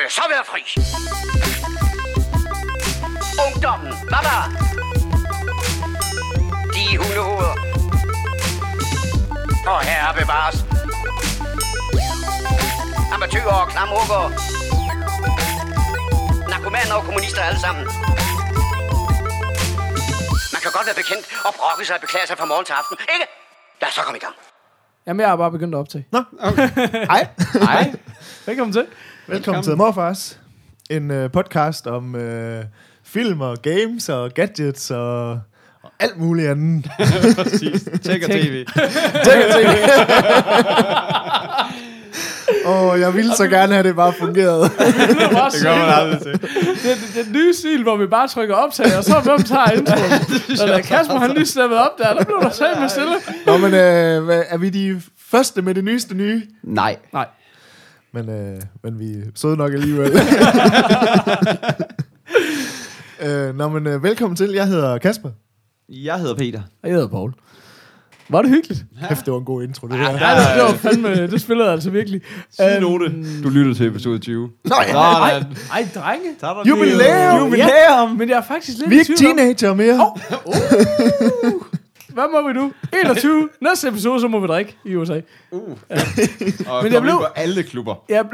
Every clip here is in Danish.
så være fri. Ungdommen, hvad der? De hundehoveder. Og herre bevares. Amatøger og klamrukker. Narkomaner og kommunister alle sammen. Man kan godt være bekendt og brokke sig og beklage sig fra morgen til aften, ikke? Lad os så komme i gang. Jamen, jeg har bare begyndt at optage. Nå, okay. Hej. Hej. Velkommen til. Velkommen til Morfars. En podcast om film og games og gadgets og alt muligt andet. Præcis. Tech og TV. Tech og TV. Jeg ville så gerne have det bare fungeret. Det gør man aldrig til. Det er nye stil, hvor vi bare trykker optag, og så hvem tager introen. Så da Kasper han lige steppet op der blev der sagt med stille. Nå, men er vi de første med det nyeste nye? Nej. Men vi er søde nok alligevel. Velkommen til. Jeg hedder Kasper. Jeg hedder Peter. Og jeg hedder Paul. Var det hyggeligt? Hæft, det var en god intro, det Ja, her. det var fandme, det spillede altså virkelig. Note. Du lytter til episode 20. Nå, ja. Ej, drenge. Jubilæum! Ja, men jeg er faktisk lidt Vi er i ikke tvivl om... teenager mere. Hvad må vi nu? 21. Næste episode, så må vi drikke i USA. Og Men jeg blev... på alle klubber.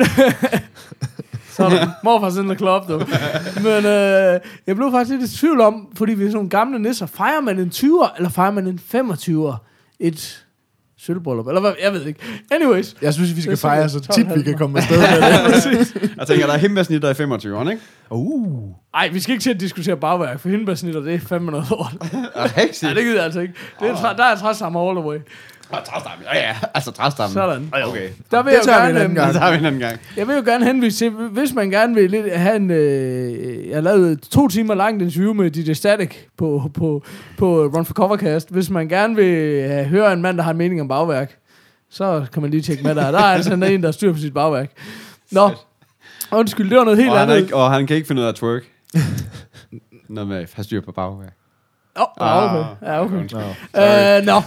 Sådan, morfars in the club, du. Men jeg blev faktisk lidt i tvivl om, fordi vi er sådan nogle gamle nisser. Fejrer man en 20'er, eller fejrer man en 25'er? Et sølvbryllup, eller hvad? Jeg ved ikke. Anyways. Jeg synes, vi skal fejre så 12, tit, vi kan komme afsted med det. Jeg tænker, der er himmelbærsnitter i 25'erne, ikke? Ej, vi skal ikke til at diskutere bagværk, for hindbærsnitter, det er fandme noget lort. Ja, Det gider jeg altså ikke. Det er der er træstammer all the way. Træstammen. Ja, altså træstammen. Sådan. Okay. Der vil Det jeg tager vi gerne, en anden gang. Det tager vi en anden gang. jeg vil jo gerne henvise til, hvis man gerne vil lidt have en... jeg lavede 2 timer langt interview med DJ Static på Run for Covercast. Hvis man gerne vil høre en mand, der har en mening om bagværk, så kan man lige tjekke med der. Der er altså en, der styrer på sit bagværk. Nå, undskyld, det var noget helt andet. Og han kan ikke finde ud af at twerk. Noget med at have styr på bagværk. Okay. Ja, okay. Nå.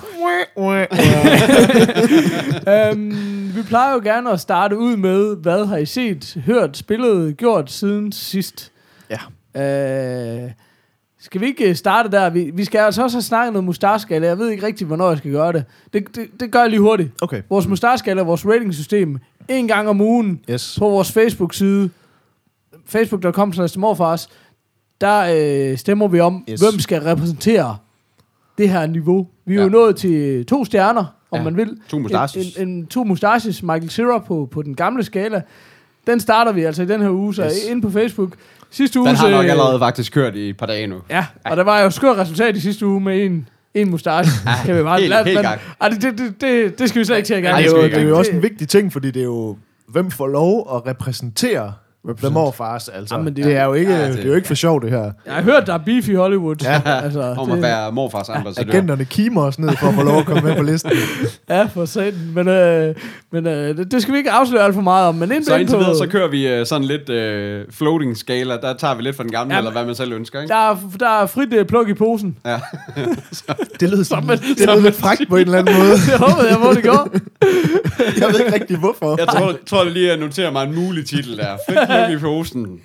Vi plejer jo gerne at starte ud med, hvad har I set, hørt, spillet, gjort siden sidst? Ja. Skal vi ikke starte der? Vi skal altså også have snakket noget mustache-skala. Jeg ved ikke rigtig, hvornår jeg skal gøre det. Det gør jeg lige hurtigt. Okay. Vores mustache-skala, vores ratingsystem, 1 gang om ugen på vores Facebook-side, facebook.com/morfars. Der stemmer vi om, hvem skal repræsentere det her niveau. Vi er jo nået til 2 stjerner, om man vil. 2 mustaches. 2 mustaches, Michael Cera på den gamle skala. Den starter vi altså i den her uge, så inde på Facebook. Sidste uge... Den har nok allerede faktisk kørt i et par dage nu. Ja, og der var jo skørt resultat i sidste uge med en mustache. Kan vi bare helt gang. Det skal vi slet ikke til at gang. Det er jo også en vigtig ting, fordi det er jo, hvem får lov at repræsentere The Morfars, altså. Jamen, det er jo ikke, det er jo ikke for sjov, det her. Jeg har hørt, der er beef i Hollywood. Ja. Altså, Om at være morfars ambassadør. Agenterne kimer os ned for at få lov at komme med på listen. Ja, for satan. Men det skal vi ikke afsløre alt for meget om. Men så indtil videre, så kører vi sådan lidt floating skala. Der tager vi lidt fra den gamle, eller hvad man selv ønsker, ikke? Der er frit pluk i posen. Ja. Det lød lidt frækt på en eller anden måde. Det håbede jeg, hvor det går. Jeg ved ikke rigtig, hvorfor. Jeg tror lige, at notere mig en mulig titel der. Frit pluk i posen.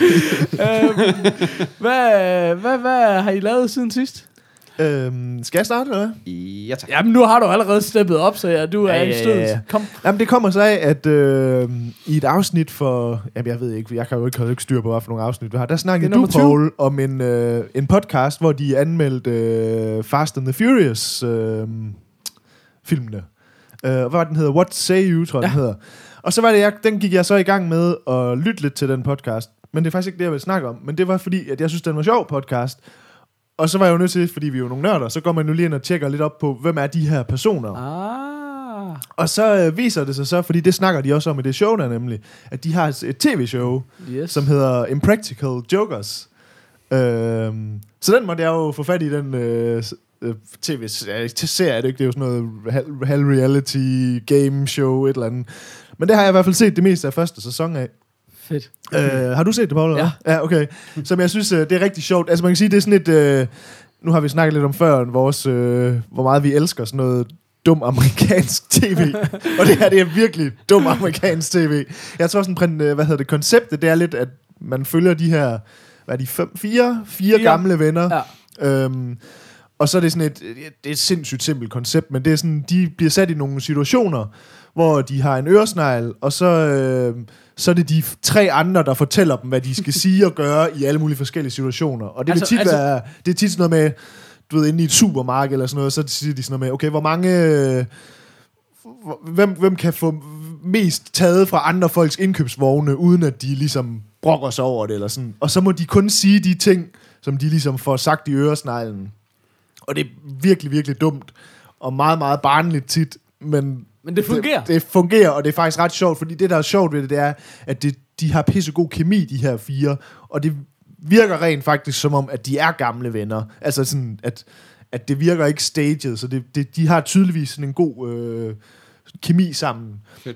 Hvad har I lavet siden sidst? Skal jeg starte, eller hvad? Ja, tak. Jamen, nu har du allerede steppet op, så du er i stødet. Kom. Jamen, det kommer så af, at i et afsnit for... Jamen, jeg ved ikke, jeg kan jo ikke styr på, hvad for nogle afsnit vi har. Der snakkede du, Paul, om en podcast, hvor de anmeldte Fast and the Furious filmene. Hvad var den hedder? What Say You, tror jeg, den hedder. Og så var det, den gik jeg så i gang med at lytte lidt til den podcast. Men det er faktisk ikke det, jeg vil snakke om. Men det var fordi, at jeg synes, den var sjov podcast. Og så var jeg jo nødt til, fordi vi er jo nogle nørder, så går man nu lige ind og tjekker lidt op på, hvem er de her personer. Og så viser det sig så, fordi det snakker de også om i det show der nemlig, at de har et tv-show, som hedder Impractical Jokers. Så den måtte jeg jo få fat i, den tv-serie, er det ikke? Det er jo sådan noget halv-reality game show, et eller andet. Men det har jeg i hvert fald set det meste af første sæson af. Fedt. Har du set det, Paul? Ja, okay. Som jeg synes, det er rigtig sjovt. Altså man kan sige, det er sådan et... nu har vi snakket lidt om før, hvor meget vi elsker sådan noget dum amerikansk tv. Og det her, det er virkelig dum amerikansk tv. Jeg tror sådan, konceptet, det er lidt, at man følger de her, fire gamle venner. Ja. Og så er det sådan det er et sindssygt simpelt koncept, men det er sådan, de bliver sat i nogle situationer, hvor de har en øresnegl, og så er det de 3 andre, der fortæller dem, hvad de skal sige og gøre i alle mulige forskellige situationer. Og det vil tit være, det er tit sådan noget med, du ved, inde i et supermarked eller sådan noget, så siger de sådan noget med, okay, hvor mange, hvem kan få mest taget fra andre folks indkøbsvogne, uden at de ligesom brokker sig over det, eller sådan. Og så må de kun sige de ting, som de ligesom får sagt i øresneglen. Og det er virkelig, virkelig dumt, og meget, meget barnligt tit, men det fungerer. Det fungerer, og det er faktisk ret sjovt, fordi det, der er sjovt ved det er, at de har pissegod kemi, de her 4, og det virker rent faktisk som om, at de er gamle venner. Altså sådan, at det virker ikke staged, så de har tydeligvis sådan en god kemi sammen.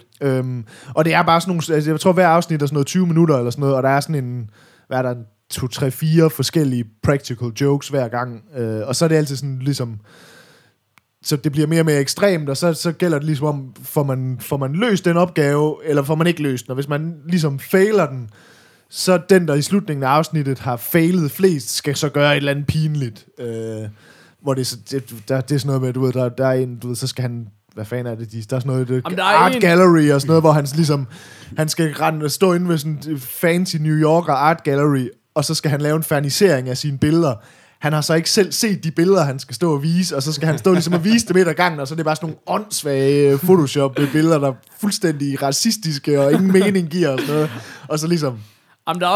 Og det er bare sådan nogle, altså jeg tror hver afsnit er sådan noget 20 minutter eller sådan noget, og der er sådan en, hvad er der, 2, 3, 4 forskellige practical jokes hver gang, og så er det altid sådan ligesom, så det bliver mere og mere ekstremt, og så gælder det ligesom om, får man løst den opgave, eller får man ikke løst den, og hvis man ligesom failer den, så den, der i slutningen af afsnittet har failet flest, skal så gøre et eller andet pinligt, hvor det er sådan noget med, du ved, der er en, du ved, så skal han, hvad fanden er det, der er sådan noget, art gallery og sådan noget, hvor han skal stå inde ved sådan en fancy New Yorker art gallery, og så skal han lave en fernisering af sine billeder. Han har så ikke selv set de billeder, han skal stå og vise, og så skal han stå ligesom og vise dem et af gangen, og så er det bare sådan nogle åndssvage Photoshop-billeder, der er fuldstændig racistiske, og ingen mening giver og sådan noget. Og så ligesom... Jamen, der er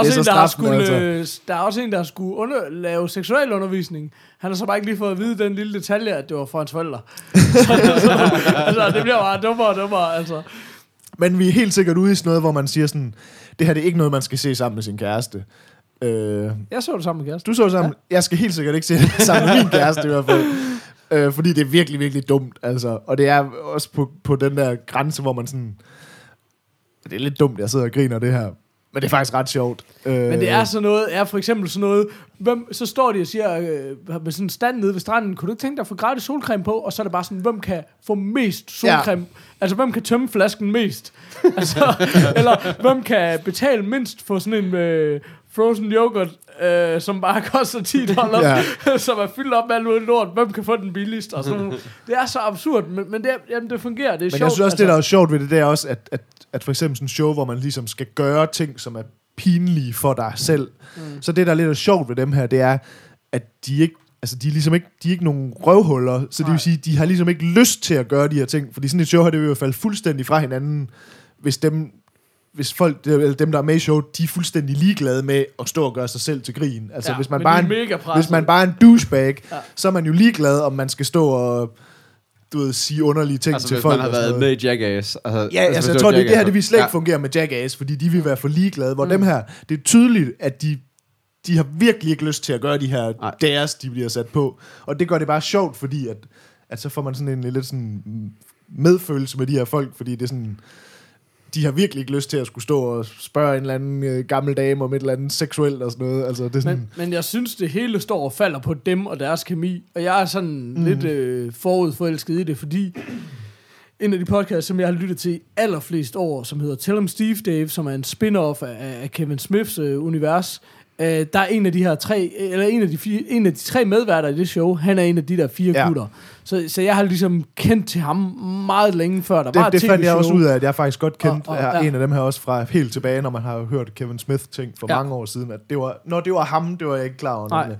også en, der skulle lave seksuel undervisning. Han har så bare ikke lige fået at vide den lille detalje, at det var for hans forældre. Altså, det bliver bare dummere og dummere, altså. Men vi er helt sikkert ude i sådan noget, hvor man siger sådan, det her det er ikke noget, man skal se sammen med sin kæreste. Jeg så det sammen med kæresten. Du så det sammen? Ja. Jeg skal helt sikkert ikke se det sammen med min kæreste i hvert fald. Fordi det er virkelig, virkelig dumt. Altså. Og det er også på den der grænse, hvor man sådan... Det er lidt dumt, jeg sidder og griner det her. Men det er faktisk ret sjovt. Men det er sådan noget, for eksempel sådan noget, så står de og siger, med sådan en stand nede ved stranden, kunne du ikke tænke dig at få gratis solcreme på? Og så er det bare sådan, hvem kan få mest solcreme? Ja. Altså, hvem kan tømme flasken mest? Altså, eller hvem kan betale mindst for sådan en frozen yoghurt, som bare koster $10, ja. Som er fyldt op med alt muligt lort. Hvem kan få den billigst? Og sådan. Det er så absurd, men det fungerer, det er sjovt. Men jeg synes også, det der er sjovt ved det er også, at for eksempel sådan en show, hvor man ligesom skal gøre ting, som er pinlige for dig selv. Så det, der er lidt sjovt ved dem her, det er, at de ikke, altså de er ligesom ikke, de er ikke nogen røvhuller, så det vil sige, de har ligesom ikke lyst til at gøre de her ting, fordi sådan et show her, det vil i hvert fald fuldstændig fra hinanden, hvis folk, eller dem, der er med i show, de er fuldstændig ligeglade med at stå og gøre sig selv til grin. Altså, hvis man bare er en douchebag, så er man jo ligeglad, om man skal stå og sige underlige ting til folk. Altså, hvis man har været med i Jackass. Altså, jeg tror, det her, det vil slet ikke fungere med Jackass, fordi de vil være for ligeglade, hvor dem her, det er tydeligt, at de har virkelig ikke lyst til at gøre de her dares, de bliver sat på. Og det gør det bare sjovt, fordi at så får man sådan en lidt sådan medfølelse med de her folk, fordi det er sådan... De har virkelig ikke lyst til at skulle stå og spørge en eller anden gammel dame om et eller andet seksuelt og sådan noget. Altså, det er sådan... men jeg synes, det hele står og falder på dem og deres kemi. Og jeg er sådan lidt forudforelsket i det, fordi en af de podcasts, som jeg har lyttet til allerflest år, som hedder Tell 'em Steve Dave, som er en spin-off af Kevin Smiths univers, der er en af de her en af de tre medværter i det show. Han er en af de der 4 gutter. Så jeg har ligesom kendt til ham meget længe før der var et det fandt jeg også ud af, at jeg faktisk godt kendte en af dem her også fra helt tilbage, når man har hørt Kevin Smith ting for mange år siden, at det var ham, det var jeg ikke klar over. Nej.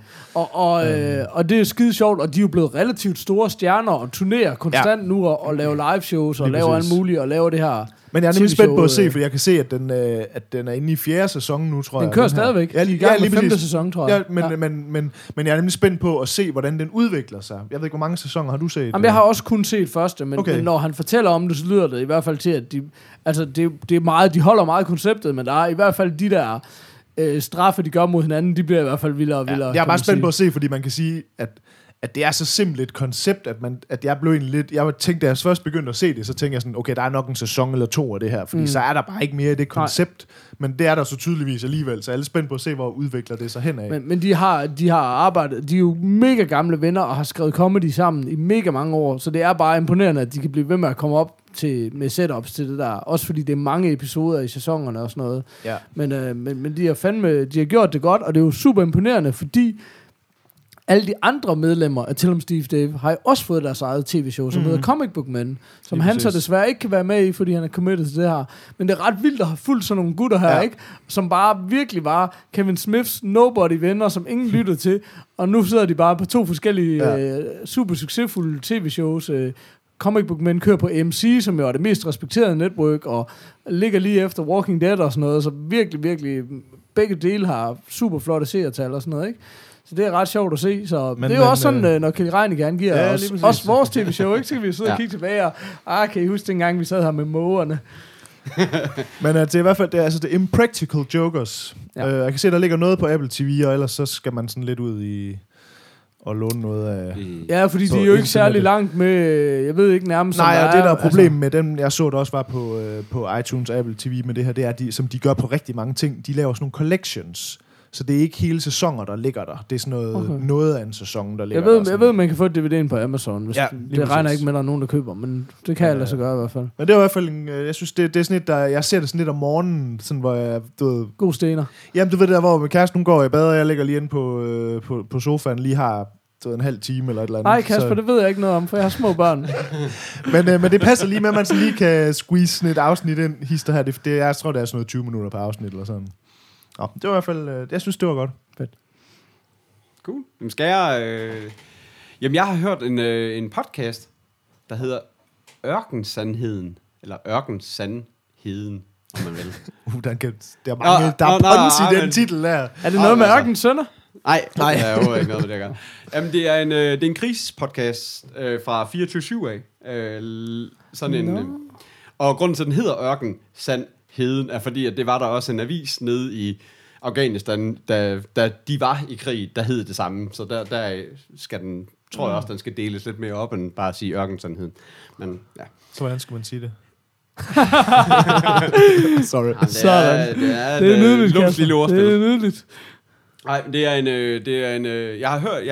Og det er skide sjovt, og de er jo blevet relativt store stjerner og turnerer konstant nu og laver live shows og laver alt muligt og laver det her. Men jeg er nemlig spændt på at se, for jeg kan se, at den er inde i 4. sæson nu, tror jeg. Den kører stadigvæk. Ja, lige med 5. sæson, tror jeg. Ja, men jeg er nemlig spændt på at se, hvordan den udvikler sig. Jeg ved ikke, hvor mange sæsoner har du set? Jamen, jeg har også kun set første, men når han fortæller om det, så lyder det i hvert fald til, at det er meget, de holder meget konceptet, men der er i hvert fald de der straffe, de gør mod hinanden, de bliver i hvert fald vildere og vildere. Jeg er bare spændt på at se, fordi man kan sige, at det er så simpelt et koncept, at jeg blev egentlig lidt... Jeg tænkte, da jeg først begyndte at se det, så tænkte jeg sådan, okay, der er nok en sæson eller 2 af det her, fordi så er der bare ikke mere i det koncept, men det er der så tydeligvis alligevel, så jeg er lidt spændt på at se, hvor udvikler det sig henad. Men de har arbejdet, de er jo mega gamle venner, og har skrevet comedy sammen i mega mange år, så det er bare imponerende, at de kan blive ved med at komme op med setups til det der, også fordi det er mange episoder i sæsonerne og sådan noget. Ja. Men de har gjort det godt, og det er jo super imponerende, fordi alle de andre medlemmer af Tell 'em Steve Dave har jo også fået deres eget tv-show, som hedder Comic Book Men, som han så desværre ikke kan være med i, fordi han er committed til det her. Men det er ret vildt at have fulgt sådan nogle gutter her, ikke? Som bare virkelig var Kevin Smiths nobody-venner, som ingen lyttede til, og nu sidder de bare på 2 forskellige super succesfulde tv-shows. Comic Book Men kører på MC, som jo er det mest respekterede network, og ligger lige efter Walking Dead og sådan noget, så virkelig, virkelig begge dele har super flotte seertal og sådan noget, ikke? Så det er ret sjovt at se. Så det er jo også sådan, når Kjeld Reinicke angiver også vores tv-show, ikke? Så kan vi sidde og kigge tilbage og, kan I huske dengang, vi sad her med mågerne? Men det er i hvert fald, det er Impractical Jokers. Jeg kan se, der ligger noget på Apple TV, og ellers så skal man sådan lidt ud i og låne noget af... Ja, fordi de er jo ikke særlig langt med... Jeg ved ikke nærmest... Nej, og det der er problemet med dem, jeg så det også var på iTunes og Apple TV med det her, det er, som de gør på rigtig mange ting, de laver sådan nogle collections. Så det er ikke hele sæsoner, der ligger der. Det er sådan noget af en sæson, der ligger der. Jeg ved, man kan få DVD'en på Amazon. Hvis det regner ikke med, at der er nogen, der køber, men det kan jeg lade sig gøre i hvert fald. Men det er i hvert fald jeg synes, det er sådan et, jeg ser det sådan lidt om morgenen, sådan hvor jeg... God stener. Jamen, du ved der, hvor min kæreste, hun går i bad, og jeg ligger lige inde på sofaen, lige har en halv time eller et eller andet. Nej, Kasper, det ved jeg ikke noget om, for jeg har små børn. men det passer lige med, at man så lige kan squeeze sådan et afsnit ind, hister her. Jeg tror, det er sådan noget 20 minutter per afsnit eller sådan. Nå, det var i hvert fald... jeg synes, det var godt. Fedt. Cool. Jamen skal jeg... Jamen, jeg har hørt en podcast, der hedder Ørkensandheden. Eller Ørkensandheden, om man vil. Der er mange... der er puns i den titel der. Er det noget med Ørkens sønner? Nej, det er jo ikke noget med det, jeg gør. Jamen, det er en krigspodcast fra 24/7 af. Sådan en... og grunden til, at den hedder Ørkensandheden, er fordi, at det var der også en avis nede i Afghanistan, da de var i krig, der hed det samme. Så der skal den, tror jeg også, den skal deles lidt mere op, end bare at sige Ørkensandheden. Men ja. Så hvordan skal man sige det? Sorry. Jamen, det er nydeligt, Kasper. Det er nydeligt. Nej, jeg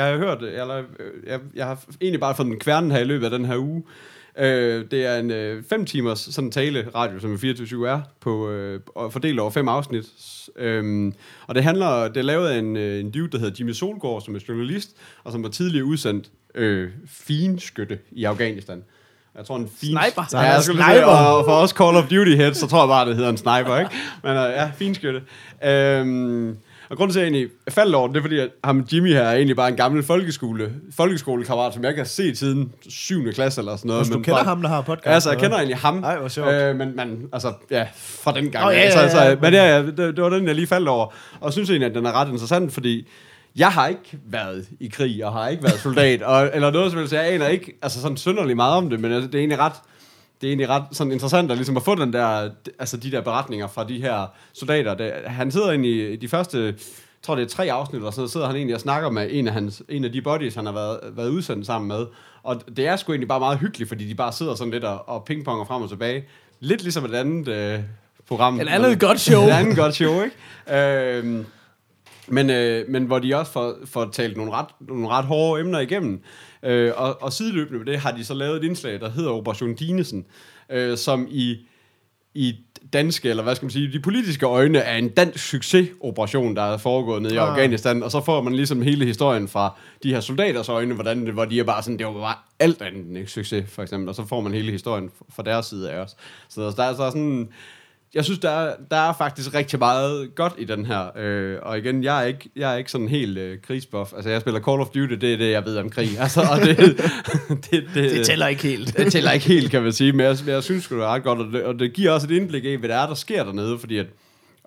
har egentlig bare fået den kværnen her i løbet af den her uge. Det er en 5 timers sådan tale-radio, som 24/7 er, og fordelt over 5 afsnit. Og det er lavet af en dude, der hedder Jimmy Solgaard, som er journalist, og som var tidligere udsendt finskytte i Afghanistan. Jeg tror en sniper. Ja, jeg skulle sige, og for os Call of Duty heads, så tror jeg bare, det hedder en sniper, ikke? Men ja, finskytte. Og grunden til, at jeg egentlig faldt over det er, fordi at ham Jimmy her er egentlig bare en gammel folkeskolekammerat, som jeg ikke har set siden 7. klasse eller sådan noget. Altså, du kender ham, der har podcast? Altså, jeg kender egentlig ham. Ej, hvor sjovt. Men altså, ja, fra den gang. Ja. Men det var den, jeg lige faldt over. Og jeg synes egentlig, at den er ret interessant, fordi jeg har ikke været i krig, og har ikke været soldat, eller noget som helst. Jeg aner ikke altså sådan synderligt meget om det, men det er egentlig ret sådan interessant at, ligesom at få den der, altså de der beretninger fra de her soldater. Han sidder egentlig i de første, jeg tror det er 3 afsnit, og så sidder han egentlig og snakker med en af de buddies, han har været udsendt sammen med. Og det er sgu egentlig bare meget hyggeligt, fordi de bare sidder sådan lidt og pingponger frem og tilbage. Lidt ligesom et andet program. Et andet godt show. Et andet godt show, ikke? Men hvor de også får talt nogle ret hårde emner igennem. Og sideløbende med det har de så lavet et indslag, der hedder Operation Dinesen, som i danske, eller hvad skal man sige, de politiske øjne er en dansk succesoperation, der er foregået nede i Afghanistan, og så får man ligesom hele historien fra de her soldaters øjne, hvor de er bare sådan, det var bare alt andet end en succes, for eksempel, og så får man hele historien fra deres side af os. Så der er sådan... Jeg synes, der er faktisk rigtig meget godt i den her. Og igen, jeg er ikke sådan helt krigsbuff. Altså, jeg spiller Call of Duty, det er det, jeg ved om krig. Altså, og det tæller ikke helt. Det tæller ikke helt, kan man sige. Men jeg synes, det er ret godt. Og det giver også et indblik i, hvad der sker dernede. Fordi at,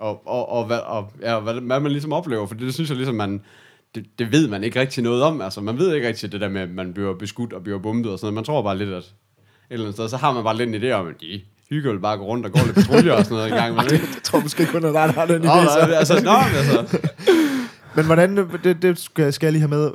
hvad man ligesom oplever. For det synes jeg ligesom, det ved man ikke rigtig noget om. Altså, man ved ikke rigtig det der med, at man bliver beskudt og bliver bombet og sådan noget. Man tror bare lidt, at et eller andet sted, så har man bare lidt en idé om, at de hygger vil bare gå rundt og gå lidt patruljer og sådan noget i gang med det. Jeg tror måske kun, at der har den idé. Altså. Men hvordan, det skal jeg lige have med,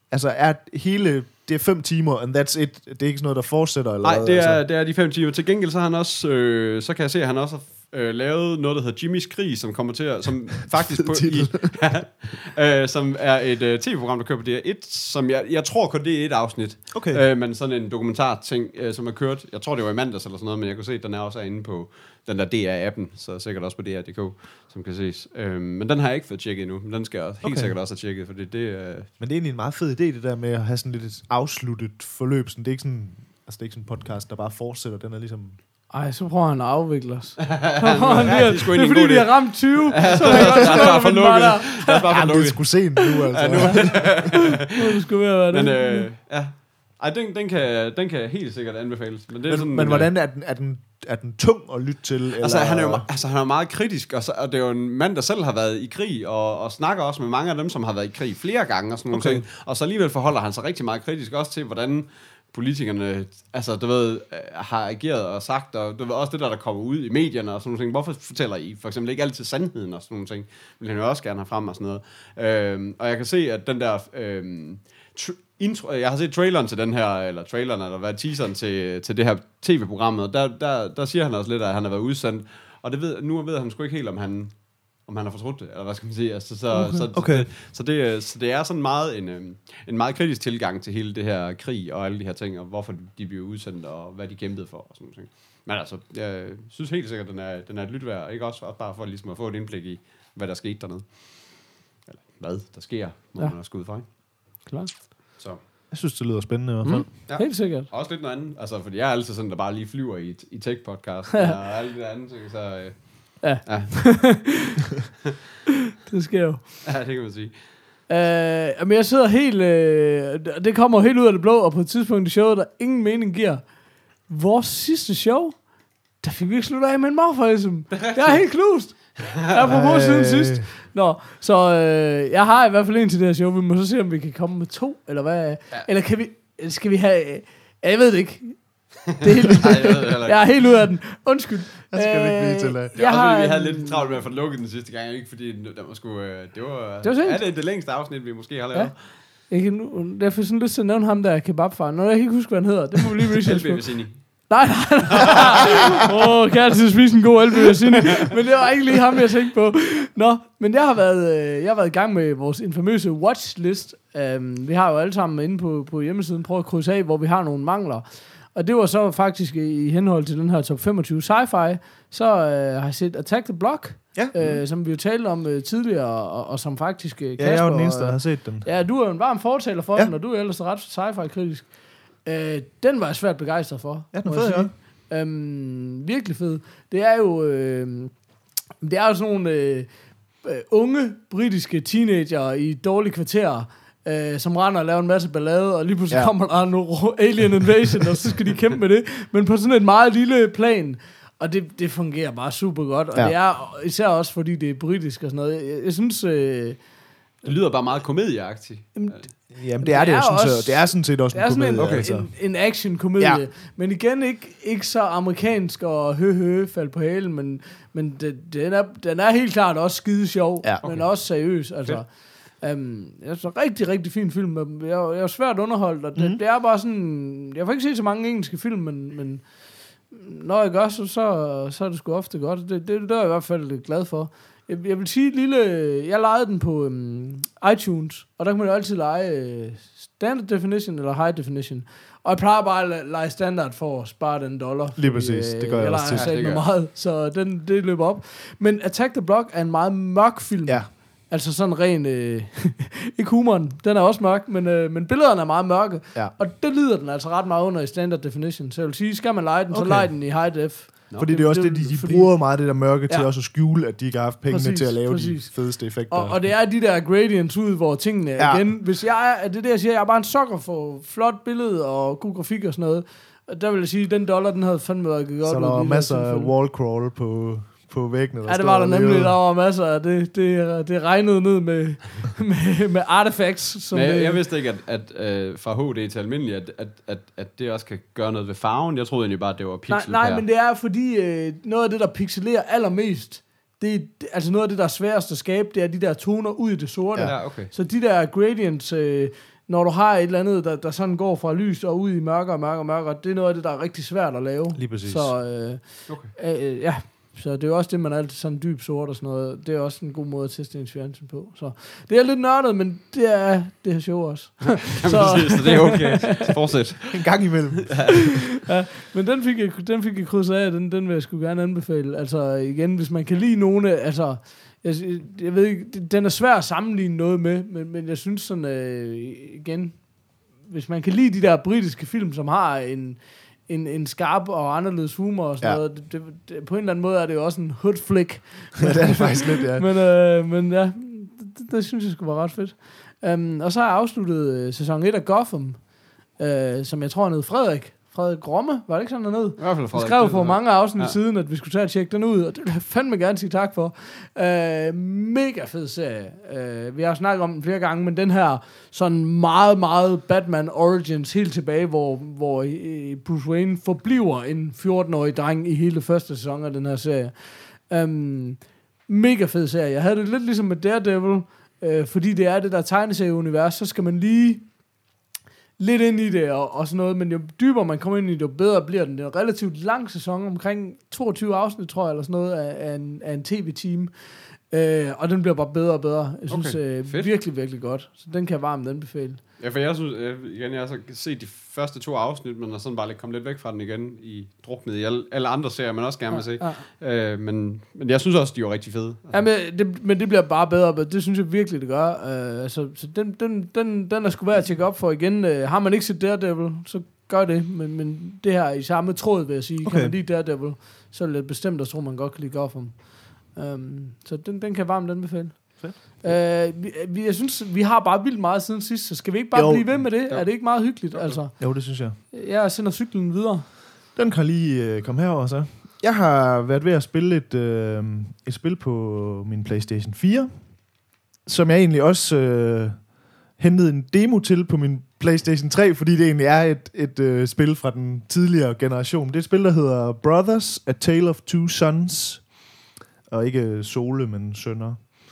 Altså, det er 5 timer, and that's it. Det er ikke sådan noget, der fortsætter? Eller Nej, hvad, det er de 5 timer. Til gengæld så har han også, så kan jeg se, at han også har lavet noget, der hedder Jimmys Krig, som kommer til som faktisk på som er et tv-program, der kører på DR1, som jeg tror kun det er et afsnit. Okay. Men sådan en dokumentar-ting, som er kørt. Jeg tror, det var i mandags eller sådan noget, men jeg kunne se, at den er også inde på den der DR-appen, så sikkert også på DR.dk, som kan ses. Men den har jeg ikke fået tjekket endnu, men den skal jeg helt sikkert også have tjekket, fordi det Men det er egentlig en meget fed idé, det der med at have sådan lidt et afsluttet forløb. Sådan, det er ikke sådan, altså det er ikke sådan en podcast, der bare fortsætter. Den er ligesom... Ej, så prøver han at afvikle os. Det er sgu er fordi, vi har ramt 20, så er det bare for lukket. Det er bare for lukket. Det er sgu sent nu, altså. Ja, nu er det sgu ved at være det. Men ja. Ej, den kan helt sikkert anbefales. Men, det er sådan, men hvordan er den tung at lytte til? Eller? Altså, han er jo meget kritisk, og det er jo en mand, der selv har været i krig, og snakker også med mange af dem, som har været i krig flere gange, og sådan nogle ting. Og så alligevel forholder han sig rigtig meget kritisk også til, hvordan politikerne, altså, du ved, har ageret og sagt, og du ved, også det der kommer ud i medierne og sådan nogle ting. Hvorfor fortæller I for eksempel ikke altid sandheden og sådan nogle ting? Vil han jo også gerne have frem og sådan noget. Og jeg kan se, at den der... jeg har set traileren til den her, eller traileren, eller hvad, teaseren til det her tv-programmet, der siger han også lidt, at han har været udsendt, og nu ved han sgu ikke helt, om han har fortrudt det, eller hvad skal man sige. Altså, så det er sådan meget en meget kritisk tilgang til hele det her krig, og alle de her ting, og hvorfor de bliver udsendt, og hvad de kæmpede for, og sådan noget. Men altså, jeg synes helt sikkert, at den er et lytværd, ikke også bare for ligesom at få et indblik i, hvad der skete dernede. Eller hvad der sker, må man også gå ud fra, ikke? Klart. Så. Jeg synes, det lyder spændende i hvert fald. Ja. Helt sikkert. Også lidt noget andet. Altså, fordi jeg er altid sådan, der bare lige flyver i tech-podcast. Og alt det andet, så... Ja. Det sker jo. Ja, det kan man sige. Men jeg sidder helt... det kommer helt ud af det blå, og på et tidspunkt i showet, der ingen mening giver. Vores sidste show, der fik vi ikke slutte af med en morfaism. Jeg er helt knust. Jeg er på siden sidst. Nå, så jeg har i hvert fald en til det her show. Vi må så se, om vi kan komme med 2, eller hvad? Ja. Eller skal vi have... jeg ved det ikke. Det er helt, jeg er helt ud af den. Undskyld. Jeg skal det ikke blive til det. Vi havde lidt travlt med at få lukket den sidste gang, ikke? Fordi der var sgu... det var det længste afsnit, vi måske har lavet. Ja. Jeg får sådan lyst til at nævne ham der, kebabfaren. Nå, jeg kan ikke huske, hvad han hedder. Det må vi lige research på. Nej. Kan altid spise en god LB Vicini. Men det var ikke lige ham, jeg tænkte på. Nå, men jeg har været i gang med vores infamøse watchlist. Vi har jo alle sammen inde på hjemmesiden prøvet at krydse af, hvor vi har nogle mangler. Og det var så faktisk i henhold til den her top 25 sci-fi, så har jeg set Attack the Block, som vi jo talte om tidligere, og som faktisk Kasper... Ja, jeg er den eneste, der har set den. Ja, du er jo en varm fortaler for den, og du er ellers ret sci-fi-kritisk. Den var jeg svært begejstret for. Ja, den fed, ja. Virkelig fed. Det er jo sådan nogle unge britiske teenager i dårlige kvarterer, som render og laver en masse ballade, og lige pludselig kommer der nogle alien invasion, og så skal de kæmpe med det. Men på sådan et meget lille plan. Og det fungerer bare super godt. Og det er især også, fordi det er britisk og sådan noget. Jeg synes... det lyder bare meget komedieagtigt. Jamen, det er det jo sådan set. Det er sådan set også en komedie. En action-komedie. Men igen, ikke så amerikansk og fald på hælen, men den er helt klart også skide sjov, men også seriøs. Altså. Det er så rigtig, rigtig fin film. Jeg er svært underholdt, og det er bare sådan... Jeg får ikke set så mange engelske film, men når jeg gør, så er det sgu ofte godt. Det er jeg i hvert fald glad for. Jeg vil sige jeg lejede den på iTunes, og der kan man jo altid leje standard definition eller high definition. Og jeg plejer bare at lege standard for at spare den $1. Lige præcis, det gør jeg også til. Jeg meget, så det løber op. Men Attack the Block er en meget mørk film. Ja. Altså sådan ren... ikke humoren, den er også mørk, men billederne er meget mørke. Ja. Og det lider den altså ret meget under i standard definition. Så jeg vil sige, skal man lege den, så lege den i high def. Fordi det er også det, de bruger meget det der mørke til også at skjule, at de ikke har haft pengene til at lave de fedeste effekter. Og det er de der gradients ud, hvor tingene igen... Hvis jeg er bare en sokker for flot billede og god grafik og sådan noget, der vil jeg sige, den $, den havde fandme været godt. Så der var masser af wallcrawl på væggene. Ja, det var der nemlig. Der var masser af det regnede ned med artifacts. Som jeg vidste ikke, at fra HD til almindelig, at det også kan gøre noget ved farven. Jeg troede egentlig bare, at det var pixel. Nej, men det er fordi noget af det, der pixelerer allermest, altså noget af det, der er sværest at skabe, det er de der toner ud i det sorte. Ja, okay. Så de der gradients... når du har et eller andet, der sådan går fra lys og ud i mørkere, det er noget af det, der er rigtig svært at lave. Lige præcis. Så, ja, så det er jo også det, man er altid sådan dyb sort og sådan noget. Det er også en god måde at teste ens fjernsyn på. Så det er lidt nørdet, men det er det her show også. så det er okay. Fortsæt. En gang imellem. Ja, men den fik jeg krydset af, den vil jeg sgu gerne anbefale. Altså igen, hvis man kan lide nogle, altså jeg ved ikke, den er svær at sammenligne noget med, men jeg synes sådan, igen, hvis man kan lide de der britiske film, som har en skarp og anderledes humor og sådan noget, det, på en eller anden måde er det jo også en hood flick. Ja, det er faktisk lidt, ja. Men ja, det synes jeg skulle være ret fedt. Og så har jeg afsluttet sæson 1 af Gotham, som jeg tror hed Frederik Gromme, var det ikke sådan dernede? I hvert fald Frederik. Jeg skrev for mange afsnit siden, at vi skulle tage og tjekke den ud, og det vil jeg fandme gerne sige tak for. Mega fed serie. Vi har snakket om den flere gange, men den her sådan meget, meget Batman Origins helt tilbage, hvor Bruce Wayne forbliver en 14-årig dreng i hele første sæson af den her serie. Mega fed serie. Jeg havde det lidt ligesom med Daredevil, fordi det er det der tegneserieunivers, så skal man lige lidt ind i det og sådan noget, men jo dybere man kommer ind i det, jo bedre bliver den. Det er en relativt lang sæson, omkring 22 afsnit, tror jeg, eller sådan noget, af en tv-team. Og den bliver bare bedre og bedre. Jeg synes virkelig, virkelig godt. Så den kan jeg varmt anbefale. Ja, for jeg synes, igen, jeg har så set de første 2 afsnit, men er sådan bare lidt kommet lidt væk fra den igen, i druknet i alle andre serier, man også gerne vil se. Ja. Men jeg synes også, de er rigtig fede. Ja, men det bliver bare bedre. Det synes jeg virkelig, det gør. Så den er sgu værd at tjekke op for igen. Har man ikke set Daredevil, så gør det. Men det her i samme tråd, vil jeg sige. Okay. Kan man lide Daredevil, så er det lidt bestemt, at tror man godt kan lide Gotham. Så den kan jeg varmt anbefale. Jeg synes, vi har bare vildt meget siden sidst, så skal vi ikke bare blive ved med det? Jo. Er det ikke meget hyggeligt? Altså? Jo, det synes jeg. Jeg sender cyklen videre. Den kan lige komme herover så. Jeg har været ved at spille et spil på min PlayStation 4, som jeg egentlig også hentede en demo til på min PlayStation 3, fordi det egentlig er et spil fra den tidligere generation. Det er et spil, der hedder Brothers, A Tale of Two Sons. Og ikke Sole, men sønner.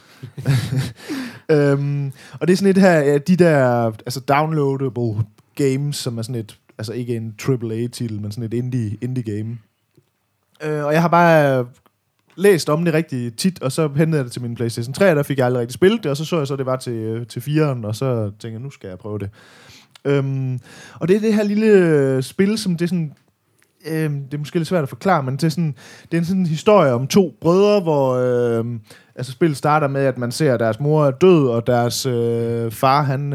Og det er sådan et her, de der altså downloadable games, som er sådan et, altså ikke en AAA-titel, men sådan et indie game. Og jeg har bare læst om det rigtig tit, og så hentede jeg det til min PlayStation 3, og der fik jeg aldrig rigtig spillet det, og så jeg så, det var til 4'eren, og så tænkte jeg, nu skal jeg prøve det. Og det er det her lille spil, som det er sådan, det er måske lidt svært at forklare, men det er sådan en historie om 2 brødre, hvor altså spillet starter med, at man ser, at deres mor er død, og deres far, han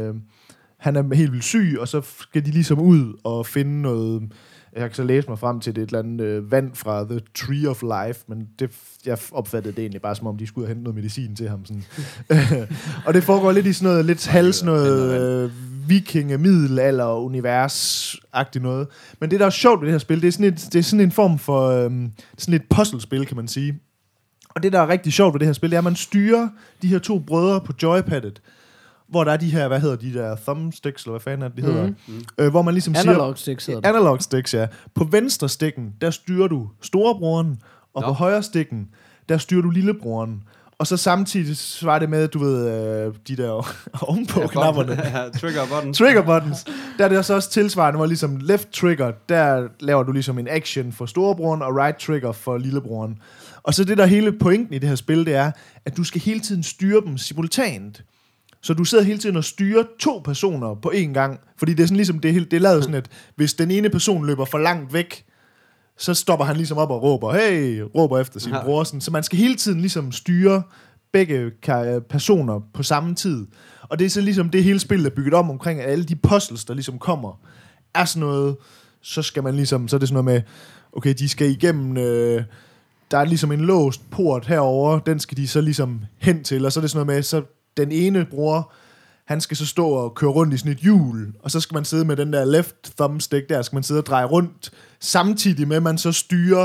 er helt vildt syg, og så skal de ligesom ud og finde noget. Jeg kan så læse mig frem til det et eller andet vand fra The Tree of Life, men jeg opfattede det egentlig bare som om, de skulle hente noget medicin til ham. Sådan. Og det foregår lidt i sådan noget, lidt hals noget vikinge, middelalder, univers-agtigt noget. Men det, der er sjovt ved det her spil, det er sådan en form for sådan et puzzlespil, kan man sige. Og det, der er rigtig sjovt ved det her spil, det er, at man styrer de her 2 brødre på joypaddet, hvor der er de her, hvad hedder de der, thumbsticks, eller hvad fanden er det, de hedder? Hvor man ligesom analog sticks hedder det. Analog sticks, ja. På venstre stikken, der styrer du storebroren, og på højre stikken, der styrer du lillebroren. Og så samtidig svarer det med, du ved, de der ovenpå knapperne. Trigger buttons. Der er det også tilsvarende, hvor ligesom left trigger, der laver du ligesom en action for storebroren, og right trigger for lillebroren. Og så det der hele pointen i det her spil, det er, at du skal hele tiden styre dem simultant. Så du sidder hele tiden og styrer 2 personer på én gang. Fordi det er sådan ligesom, det er lavet sådan, at hvis den ene person løber for langt væk, så stopper han ligesom op og råber efter sin bror. Så man skal hele tiden ligesom styre begge personer på samme tid. Og det er så ligesom det hele spillet er bygget om omkring, at alle de puzzles, der ligesom kommer, er sådan noget, så skal man ligesom, så er det sådan noget med, okay, de skal igennem, der er ligesom en låst port herover, den skal de så ligesom hen til, og så er det sådan noget med, så den ene bror, han skal så stå og køre rundt i sådan et hjul, og så skal man sidde med den der left thumbstick der, skal man sidde og dreje rundt, samtidig med, at man så styrer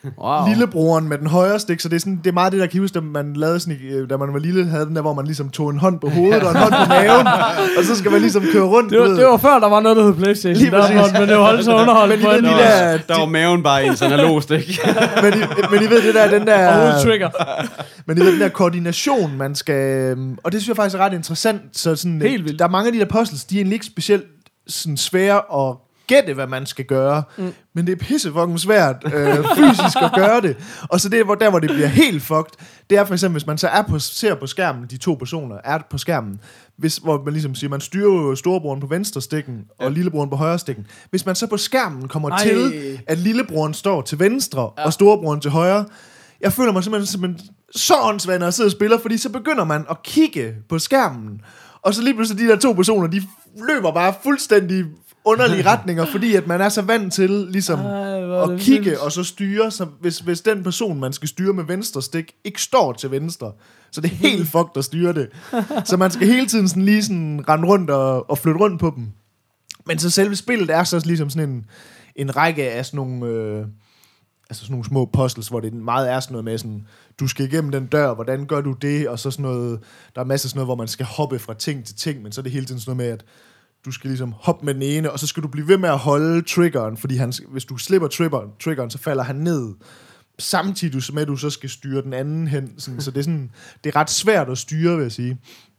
Wow. lillebroren med den højre stik, så det er meget det, der kan huske, da man lavede sådan, da man var lille, havde den der, hvor man ligesom tog en hånd på hovedet og en hånd på maven, og så skal man ligesom køre rundt. Det var før, der var noget, der hed PlayStation, men det var holdt så underholdt på Der var maven bare ens analog stik. men I ved det der, den der... trigger. Men I ved den der koordination, man skal... Og det synes jeg faktisk er ret interessant, så sådan... Helt vildt. Der er mange af de der puzzles, de er egentlig ikke specielt sådan svære at gætte, hvad man skal gøre. Men det er pisse fucking svært fysisk at gøre det. Og så det, hvor det bliver helt fucked, det er for eksempel, hvis man så ser på skærmen, de to personer er på skærmen, hvor man ligesom siger, man styrer jo storebroren på venstre stikken, og lillebroren på højre stikken. Hvis man så på skærmen kommer til, at lillebroren står til venstre, og storebroren til højre, jeg føler mig simpelthen så åndssvagt, når jeg sidder og spiller, fordi så begynder man at kigge på skærmen, og så lige pludselig de der to personer, de løber bare fuldstændig underlige retninger, fordi at man er så vant til ligesom at kigge og så styre, så hvis den person, man skal styre med venstre stik, ikke står til venstre, så det er helt fucked at styre det. Så man skal hele tiden sådan lige sådan rende rundt og flytte rundt på dem. Men så selve spillet er så ligesom sådan en række af sådan nogle... sådan nogle små puzzles, hvor det meget er sådan noget med sådan, du skal igennem den dør, hvordan gør du det, og så sådan noget, der er masser af sådan noget, hvor man skal hoppe fra ting til ting, men så er det hele tiden sådan noget med, at du skal ligesom hoppe med den ene, og så skal du blive ved med at holde triggeren, fordi hvis du slipper triggeren, så falder han ned, samtidig med, at du så skal styre den anden hen, sådan, så det er sådan, det er ret svært at styre, vil jeg sige.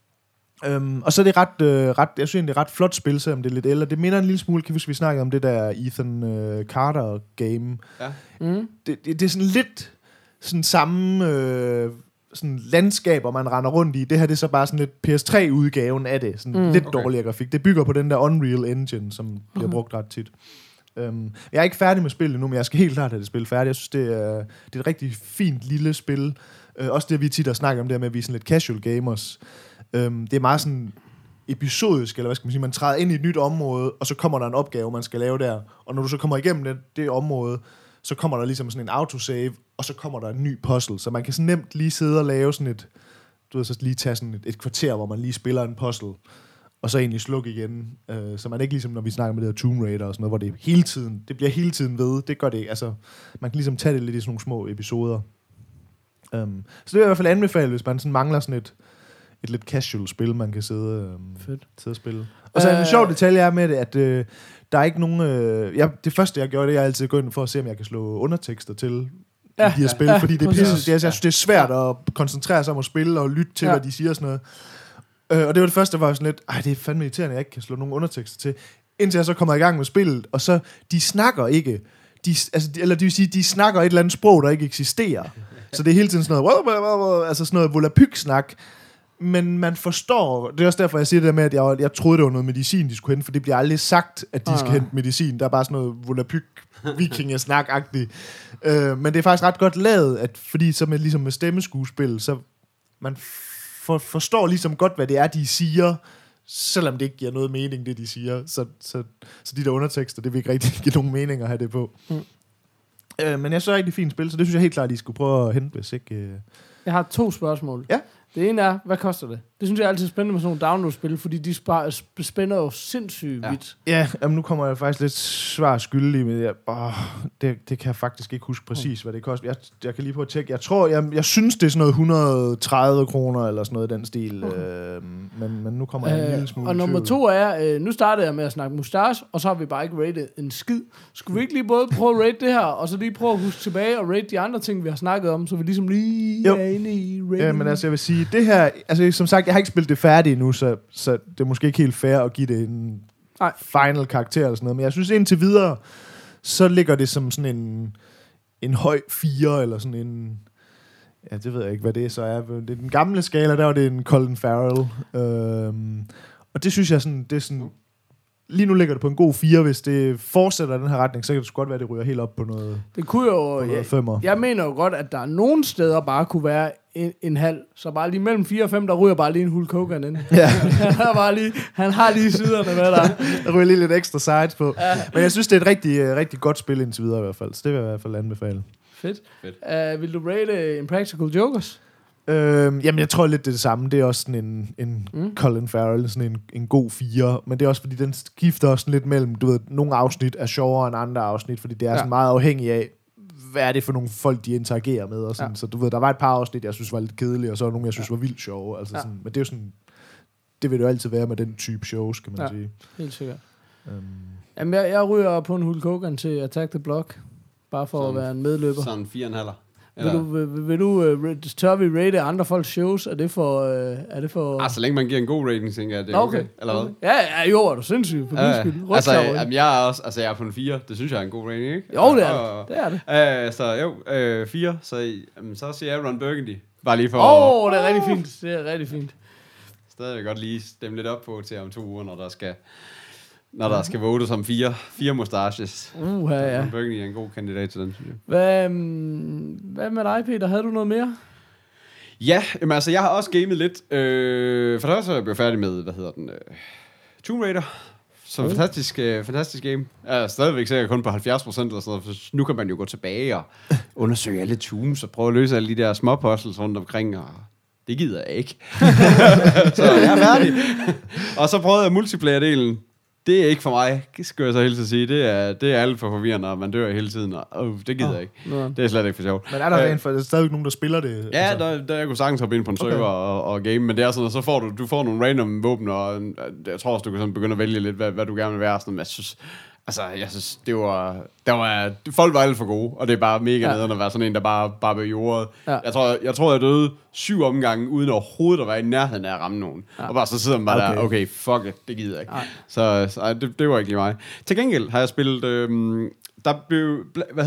Og så er det ret, jeg synes egentlig, det er ret flot spil, selvom det er lidt ældre. Det minder en lille smule, kan vi snakke om det der Ethan Carter game. Ja. Det er sådan lidt sådan samme sådan landskaber, man render rundt i. Det her det er så bare sådan lidt PS3-udgaven af det. Sådan lidt dårligere grafik. Det bygger på den der Unreal Engine, som bliver brugt ret tit. Jeg er ikke færdig med spillet nu, men jeg skal helt klart have det spil færdigt. Jeg synes, det er et rigtig fint lille spil. Også det, vi tit har snakket om, det med, at vi er sådan lidt casual gamers. Det er meget sådan episodisk, eller hvad skal man sige, man træder ind i et nyt område, og så kommer der en opgave, man skal lave der, og når du så kommer igennem det område, så kommer der ligesom sådan en autosave, og så kommer der en ny puzzle, så man kan så nemt lige sidde og lave sådan et, du ved, så lige tage sådan et kvarter, hvor man lige spiller en puzzle, og så egentlig slukke igen, så man ikke ligesom, når vi snakker med det her Tomb Raider og sådan noget, hvor det bliver hele tiden ved, det gør det ikke, altså, man kan ligesom tage det lidt i sådan nogle små episoder. Så det vil jeg i hvert fald anbefale, hvis man sådan mangler sådan et lidt casual spil, man kan sidde og spille. Og så en sjov detalje er med det, at der er ikke nogen... det første, jeg gjorde, det er altid gå ind for at se, om jeg kan slå undertekster til de her spil, fordi det er pisse. Jeg synes, det er svært at koncentrere sig om at spille og lytte til, hvad de siger og sådan noget. Og det var det første, der var sådan lidt, det er fandme irriterende, at jeg ikke kan slå nogen undertekster til. Indtil jeg så kommer i gang med spillet, og så, de snakker ikke. Eller det vil sige, de snakker et eller andet sprog, der ikke eksisterer. Så det er hele tiden sådan noget, altså sådan noget volapyk-snak. Men man forstår, det er også derfor, jeg siger det der med, at jeg troede, det var noget medicin, de skulle hente, for det bliver aldrig sagt, at de skal hente medicin. Der er bare sådan noget volapyk, vikingesnak-agtigt. Men det er faktisk ret godt lavet, at fordi så med, ligesom med stemmeskuespil, så man forstår ligesom godt, hvad det er, de siger, selvom det ikke giver noget mening, det de siger. Så de der undertekster, det vil ikke rigtig give nogen mening at have det på. Men jeg så rigtig fint spil, så det synes jeg helt klart, de skulle prøve at hente, hvis ikke... Jeg har 2 spørgsmål. Ja. Det ene er, hvad koster det? Det synes jeg er altid spændende med sådan nogle download-spil, fordi de spænder jo sindssygt vidt. Ja, nu kommer jeg faktisk lidt svar skyldig, men det kan jeg faktisk ikke huske præcis, hvad det koster. Jeg kan lige prøve at tjekke. Jeg synes, det er sådan noget 130 kroner eller sådan noget i den stil. Men nu kommer jeg en lille smule. Og nummer 2 er, nu startede jeg med at snakke mustache, og så har vi bare ikke rated en skid. Skulle vi ikke lige både prøve at rate det her, og så lige prøve at huske tilbage og rate de andre ting, vi har snakket om, så vi ligesom lige er inde i rating? Men altså, jeg vil sige, det her... Altså, som sagt, jeg har ikke spillet det færdigt endnu, så det er måske ikke helt fair at give det en final karakter eller sådan noget. Men jeg synes, indtil videre, så ligger det som sådan en høj 4, eller sådan en... Ja, det ved jeg ikke, hvad det så er. Det er den gamle skala, der var det en Colin Farrell. Og det synes jeg sådan... Det er sådan lige nu ligger det på en god 4, hvis det fortsætter den her retning, så kan det sgu godt være, at det ryger helt op på noget. Det kunne jo... Jeg mener jo godt, at der er nogle steder bare kunne være en halv, så bare lige mellem 4 og 5, der ryger bare lige en Hulk Hogan ind. Ja. han har lige siderne med der. Der ryger lige lidt ekstra sides på. Ja. Men jeg synes, det er et rigtig, rigtig godt spil indtil videre i hvert fald, så det vil jeg i hvert fald anbefale. Fedt. Vil du rate Impractical Jokers? Jamen, jeg tror lidt det er det samme. Det er også sådan en Colin Farrell, sådan en god 4. Men det er også, fordi den skifter også lidt mellem, du ved, nogle afsnit er sjovere end andre afsnit, fordi det er sådan meget afhængig af, hvad er det for nogle folk, de interagerer med, og sådan, så du ved, der var et par afsnit, jeg synes var lidt kedelige, og så var nogle, jeg synes var vildt sjove, altså sådan, men det er jo sådan, det vil det jo altid være med den type shows, kan man sige. Helt sikkert. Jamen, jeg ryger på en Hulk Hogan til Attack the Block, bare for sådan, at være en medløber. Sådan 4,5. Vil du tør vi rate andre folks shows? Er det for... Så længe man giver en god rating, tænker jeg, det er okay. Eller hvad? Ja, jo, er du sindssygt, for min skyld. Jeg er også, jeg er på en 4. Det synes jeg er en god rating, ikke? Jo, det er det. Så jo, 4. Så siger jeg Ron Burgundy. Bare lige for... det er rigtig fint. Det er rigtig fint. Stadig godt lige stemme lidt op på til om 2 uger, når der skal votes om 4 mustaches. Ja. Ron Burgundy er en god kandidat til den, synes jeg. Hvad med dig, Peter? Havde du noget mere? Ja, altså jeg har også gamet lidt. For det første er jeg blevet færdig med, Tomb Raider. Så fantastisk game. Jeg er stadigvæk sikkert kun på 70% eller sådan noget, for nu kan man jo gå tilbage og undersøge alle tombs og prøve at løse alle de der små puzzles rundt omkring, og det gider jeg ikke. Så jeg er færdig. Og så prøvede jeg multiplayer-delen. Det er ikke for mig, skal jeg så helt til sige. Det er alt for forvirrende, og man dør hele tiden, og det gider jeg ikke. Det er slet ikke for sjovt. Men er der stadig nogen, der spiller det? Ja, altså? der jeg kunne sagtens hoppe ind på en server og game, men det er sådan, at så får du får nogle random våben, og jeg tror også, du kan sådan begynde at vælge lidt, hvad du gerne vil være. Sådan, men jeg synes, folk var alt for gode, og det er bare mega nederen at være sådan en, der bare blev jordet. Ja. Jeg tror, jeg døde 7 omgange, uden overhovedet at være i nærheden af at ramme nogen. Ja. Og bare så sidder man bare der, okay, fuck it, det gider jeg ikke. Så det var ikke lige mig. Til gengæld har jeg spillet, der blev,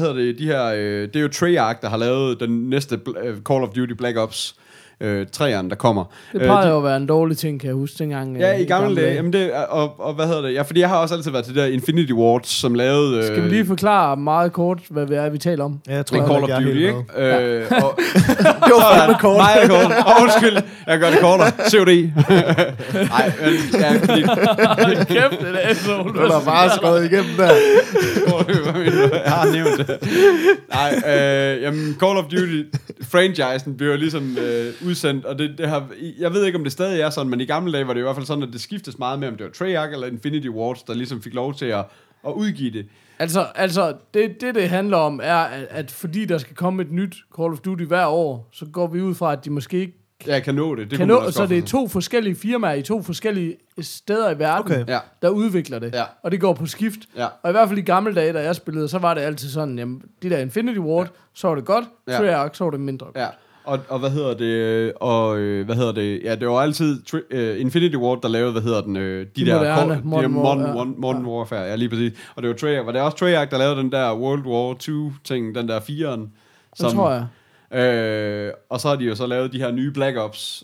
det er jo Treyarch, der har lavet den næste Call of Duty Black Ops. 3'eren, der kommer. Det plejer jo at være en dårlig ting, kan jeg huske dengang. Ja, i gamle dage. Jamen det, og Ja, fordi jeg har også altid været til det der Infinity Ward, som lavede... Skal vi lige forklare meget kort, hvad det er, vi taler om? Ja, jeg tror, det er Call of Duty, ikke? Det var fandme kort. Meget kort. Undskyld, jeg gør det kortere. COD. Nej, men... Ja, fordi... Kæft, det er så... Du er bare skåret igennem der. Jeg har nævnt det. Nej, jamen Call of Duty franchisen bliver ligesom udsendt, og det har, jeg ved ikke, om det stadig er sådan, men i gamle dage var det i hvert fald sådan, at det skiftes meget med, om det var Treyarch eller Infinity Ward, der ligesom fik lov til at udgive det. Altså det handler om, er, at fordi der skal komme et nyt Call of Duty hver år, så går vi ud fra, at de måske ikke kan nå det. Så det er 2 forskellige firmaer i 2 forskellige steder i verden, der udvikler det. Ja. Og det går på skift. Ja. Og i hvert fald i gamle dage, da jeg spillede, så var det altid sådan, jamen, de der Infinity Ward, så var det godt, Treyarch, så var det mindre godt. Ja. Og ja, det var altid Infinity Ward, der lavede, Modern Warfare, ja, lige præcis. Og det var Treyarch, var det også Treyarch, der lavede den der World War 2-ting, den der 4'eren? Det tror jeg. Og så har de jo så lavet de her nye Black Ops,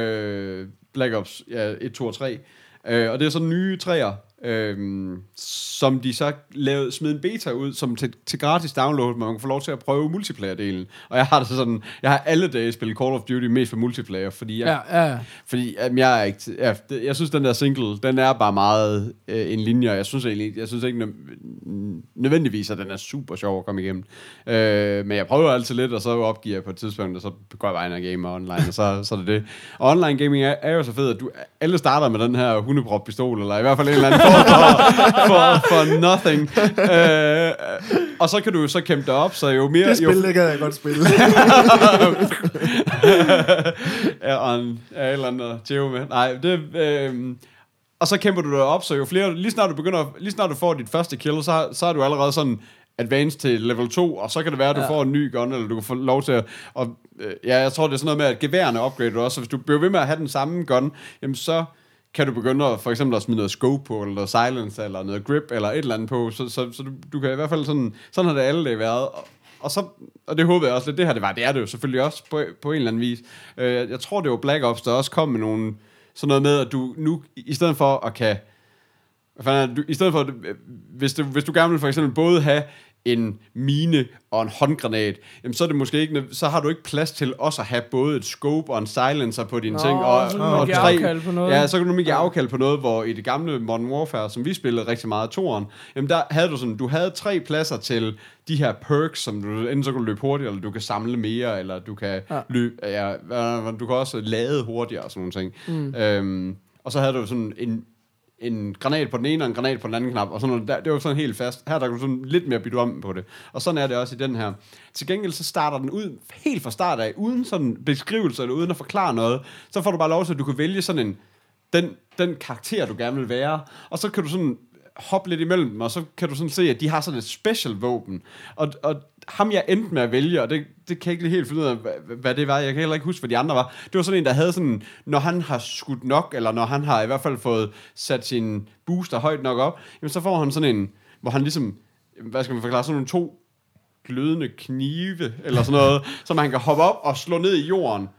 ja, 1, 2 og 3. Og det er så nye 3'er, som de så smed en beta ud som til gratis download, men man kan få lov til at prøve multiplayer-delen. Og jeg har det sådan, jeg har alle dage spillet Call of Duty mest for multiplayer, fordi jeg synes den der single, den er bare meget en linje, og jeg synes ikke nødvendigvis, at den er super sjov at komme igennem. Men jeg prøver altid lidt, og så opgiver jeg på et tidspunkt, og så går jeg bare ind og gamer online, og så er det. Og online gaming er jo så fedt, at alle starter med den her hundeprop-pistol, eller i hvert fald en eller anden for nothing. Og så kan du så kæmpe dig op, så jo mere... Det spil, det kan jeg godt spille. Ja, og en eller anden tjeve med. Nej, det... og så kæmper du dig op, så jo flere... Lige snart du får dit første kill, så er du allerede sådan advanced til level 2, og så kan det være, at du får en ny gun, eller du kan få lov til at... Og, jeg tror, det er sådan noget med, at geværerne upgrader også, så hvis du bliver ved med at have den samme gun, jamen så kan du begynde at, for eksempel at smide noget scope på, eller noget silence, eller noget grip, eller et eller andet på, så du kan i hvert fald sådan har det alle dage været, og det håber jeg også lidt, det er det jo selvfølgelig også på en eller anden vis. Jeg tror, det var Black Ops, der også kom med nogle, sådan noget med, at du nu, i stedet for at kan, hvis du gerne vil for eksempel både have en mine og en håndgranat, jamen så er det måske ikke, så har du ikke plads til også at have både et scope og en silencer på dine ting, og tre. Ja, så kan du ikke afkalde på noget, hvor i det gamle Modern Warfare, som vi spillede rigtig meget, 2'eren, jamen der havde du havde 3 pladser til de her perks, som du enten så kan løbe hurtigere, eller du kan samle mere, eller du kan løbe, du kan også lade hurtigere og sådan nogle ting. Og så havde du sådan en granat på den ene og en granat på den anden knap, og sådan noget. Det var sådan helt fast. Her der kan du sådan lidt mere bytte om på det. Og sådan er det også i den her. Til gengæld så starter den ud helt fra start af, uden sådan beskrivelse eller uden at forklare noget. Så får du bare lov til, at du kan vælge sådan den karakter, du gerne vil være. Og så kan du sådan hoppe lidt imellem dem, og så kan du sådan se, at de har sådan et special våben. Og ham jeg endte med at vælge, og det kan jeg ikke lige helt finde ud af, hvad det var. Jeg kan heller ikke huske, hvad de andre var. Det var sådan en, der havde sådan, når han har skudt nok, eller når han har i hvert fald fået sat sin booster højt nok op, jamen så får han sådan en, hvor han ligesom, hvad skal man forklare, sådan nogle 2 glødende knive, eller sådan noget, som han kan hoppe op og slå ned i jorden.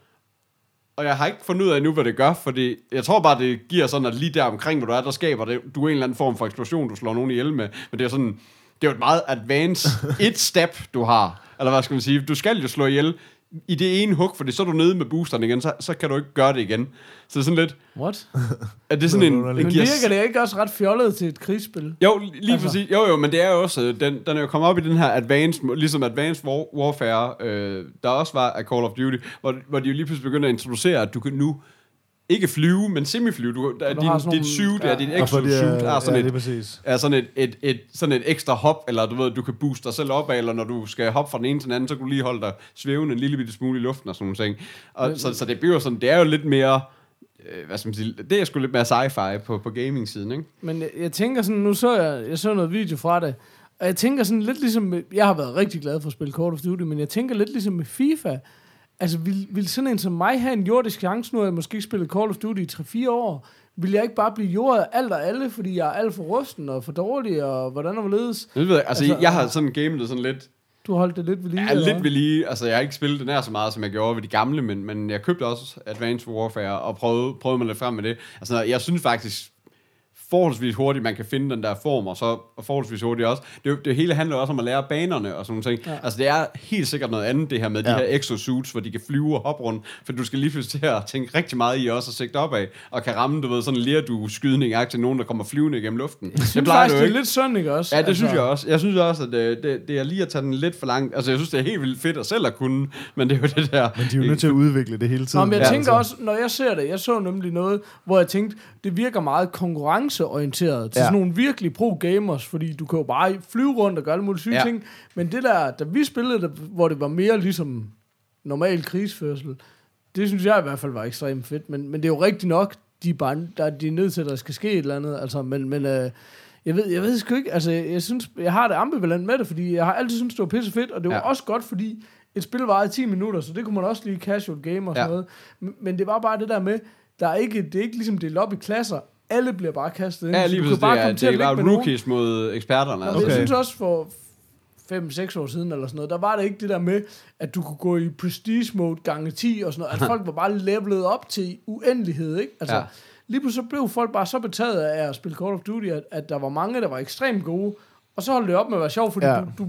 Og jeg har ikke fundet ud af endnu, hvad det gør, fordi jeg tror bare, det giver sådan, at lige der omkring, hvor du er, der skaber det, du er en eller anden form for eksplosion, du slår nogen ihjel med. Men det er sådan, det er jo et meget advanced et step, du har. Eller hvad skal man sige? Du skal jo slå ihjel i det ene hug, fordi så er du nede med boosteren igen, så kan du ikke gøre det igen. Så det er sådan lidt... What? Er det sådan en... Men virker det ikke også ret fjollet til et krigsspil? Jo, lige altså. Præcis. Jo, men det er jo også... Den er jo kommet op i den her ligesom Advanced Warfare, der også var af Call of Duty, hvor de jo lige pludselig begynder at introducere, at du kan nu ikke flyve, men semiflyve. Dit suit, dit exosuit er sådan et ekstra hop, eller du ved, du kan booste dig selv op af, eller når du skal hoppe fra den ene til den anden, så kan du lige holde dig svævende en lille bitte smule i luften og sådan nogle ting. Og så det bliver sådan, det er jo lidt mere, hvad skal man sige, det er sgu lidt mere sci-fi på gaming-siden, ikke? Men jeg tænker sådan, nu jeg så noget video fra det, og jeg tænker sådan lidt ligesom, jeg har været rigtig glad for at spille Call of Duty, men jeg tænker lidt ligesom med FIFA. Altså, vil sådan en som mig have en jordisk chance, nu har jeg måske ikke spillet Call of Duty i 3-4 år? Vil jeg ikke bare blive jordet af alt og alle, fordi jeg er alt for rusten og for dårlig, og hvordan og hvorledes? Altså, jeg har sådan gamet sådan lidt... Du har holdt det lidt ved lige? Ja, lidt ved lige. Altså, jeg har ikke spillet det nær så meget, som jeg gjorde ved de gamle, men jeg købte også Advanced Warfare og prøvede mig lidt frem med det. Altså, jeg synes faktisk... forholdsvis hurtigt, man kan finde den der form, og så forholdsvis hurtigt også. Det hele handler også om at lære banerne og sådan noget. Ja. Altså, det er helt sikkert noget andet, det her med de her exosuits, hvor de kan flyve og hoppe rundt, for du skal lige pludselig til at tænke rigtig meget i også og sigte opad, og kan ramme, du ved, sådan en lerdu-skydning til nogen, der kommer flyvende igennem luften. Jeg synes faktisk, det er lidt sådan, ikke også? Ja, det synes jeg også. Jeg synes også, at det er lige at tage den lidt for langt. Altså, jeg synes, det er helt vildt fedt at selv at kunne, men det er jo det der... Men de er jo nødt til at udvikle det hele tiden. Nå, men jeg tænker også, når jeg ser det, jeg så nemlig noget, hvor jeg tænkte, det virker meget konkurrenceorienteret til sådan nogle virkelig pro-gamers, fordi du kan jo bare flyve rundt og gøre alle mulige syge ting. Men det der, da vi spillede det, hvor det var mere ligesom normal krigsførsel, det synes jeg i hvert fald var ekstremt fedt. Men det er jo rigtigt nok, de er nødt til, at der skal ske et eller andet. Altså, men jeg ved sgu ikke, altså jeg synes, jeg har det ambivalent med det, fordi jeg har altid syntes, det var pisse fedt, og det var også godt, fordi et spil varede 10 minutter, så det kunne man også lige casual game og sådan noget. Men det var bare det der med, det er ikke ligesom delt op i klasser. Alle bliver bare kastet ind. Ja, lige præcis. Det er bare rookies mod eksperterne. Altså. Jeg synes også for 5-6 år siden eller sådan noget, der var det ikke det der med, at du kunne gå i prestige mode gange 10 og sådan noget, at folk var bare levelet op til uendelighed, ikke? Altså, lige pludselig så blev folk bare så betaget af at spille Call of Duty, at der var mange, der var ekstremt gode, og så holdt det op med at være sjov, fordi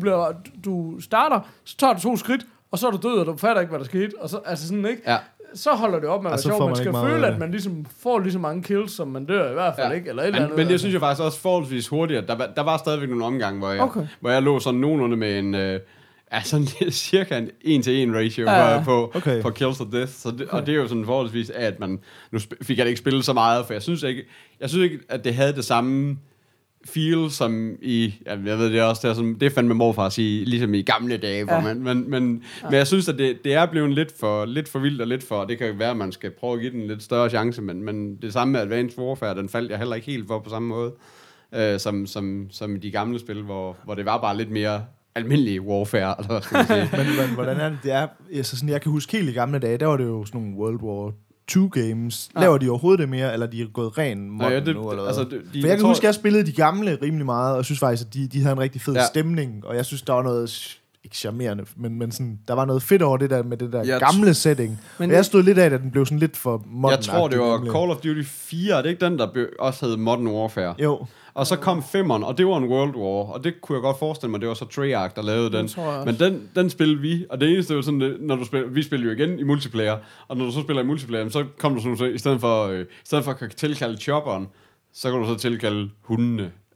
du starter, så tager du 2 skridt, og så er du død, og du fatter ikke, hvad der skete, og så, altså sådan, ikke? Ja. Så holder det op med at være sjovt. Man skal føle, at man ligesom får lige så mange kills, som man dør i hvert fald, ikke? Eller et eller andet. Men det synes jeg faktisk også forholdsvis hurtigt, at der var stadigvæk nogle omgange, hvor jeg lå sådan nogenlunde med en... sådan cirka en 1-til-1 ratio på kills og death. Så det, og det er jo sådan forholdsvis af, at man... Nu fik jeg det ikke spillet så meget, for jeg synes ikke, at det havde det samme feel som i... Jeg ved det også, det er fandme morfar at sige, ligesom i gamle dage. Men jeg synes, at det er blevet lidt for vildt og lidt for... Det kan jo være, at man skal prøve at give den en lidt større chance, men det samme med Advanced Warfare, den faldt jeg heller ikke helt for på samme måde, som i de gamle spil, hvor det var bare lidt mere... almindelig warfare, eller hvad skal man sige. men hvordan er det? Det er, altså sådan, jeg kan huske helt i gamle dage, der var det jo sådan nogle World War II games. Laver de overhovedet det mere, eller de er gået ren modden nu, eller altså, for jeg kan huske, at jeg spillede de gamle rimelig meget, og synes faktisk, at de havde en rigtig fed stemning, og jeg synes, der var noget ikke charmerende, men sådan, der var noget fedt over det der med det der gamle setting. Men jeg stod lidt af, at den blev sådan lidt for modern. Jeg tror, det var Call of Duty 4, er det ikke den, der også hed Modern Warfare? Jo. Og så kom 5'eren, og det var en World War, og det kunne jeg godt forestille mig, det var så Treyarch, der lavede den. Men den spillede vi, og det eneste var sådan, når vi spiller jo igen i multiplayer, og når du så spiller i multiplayer, så kom du sådan, i stedet for at tilkalde chopperen, så kan du så tilkalde hundene.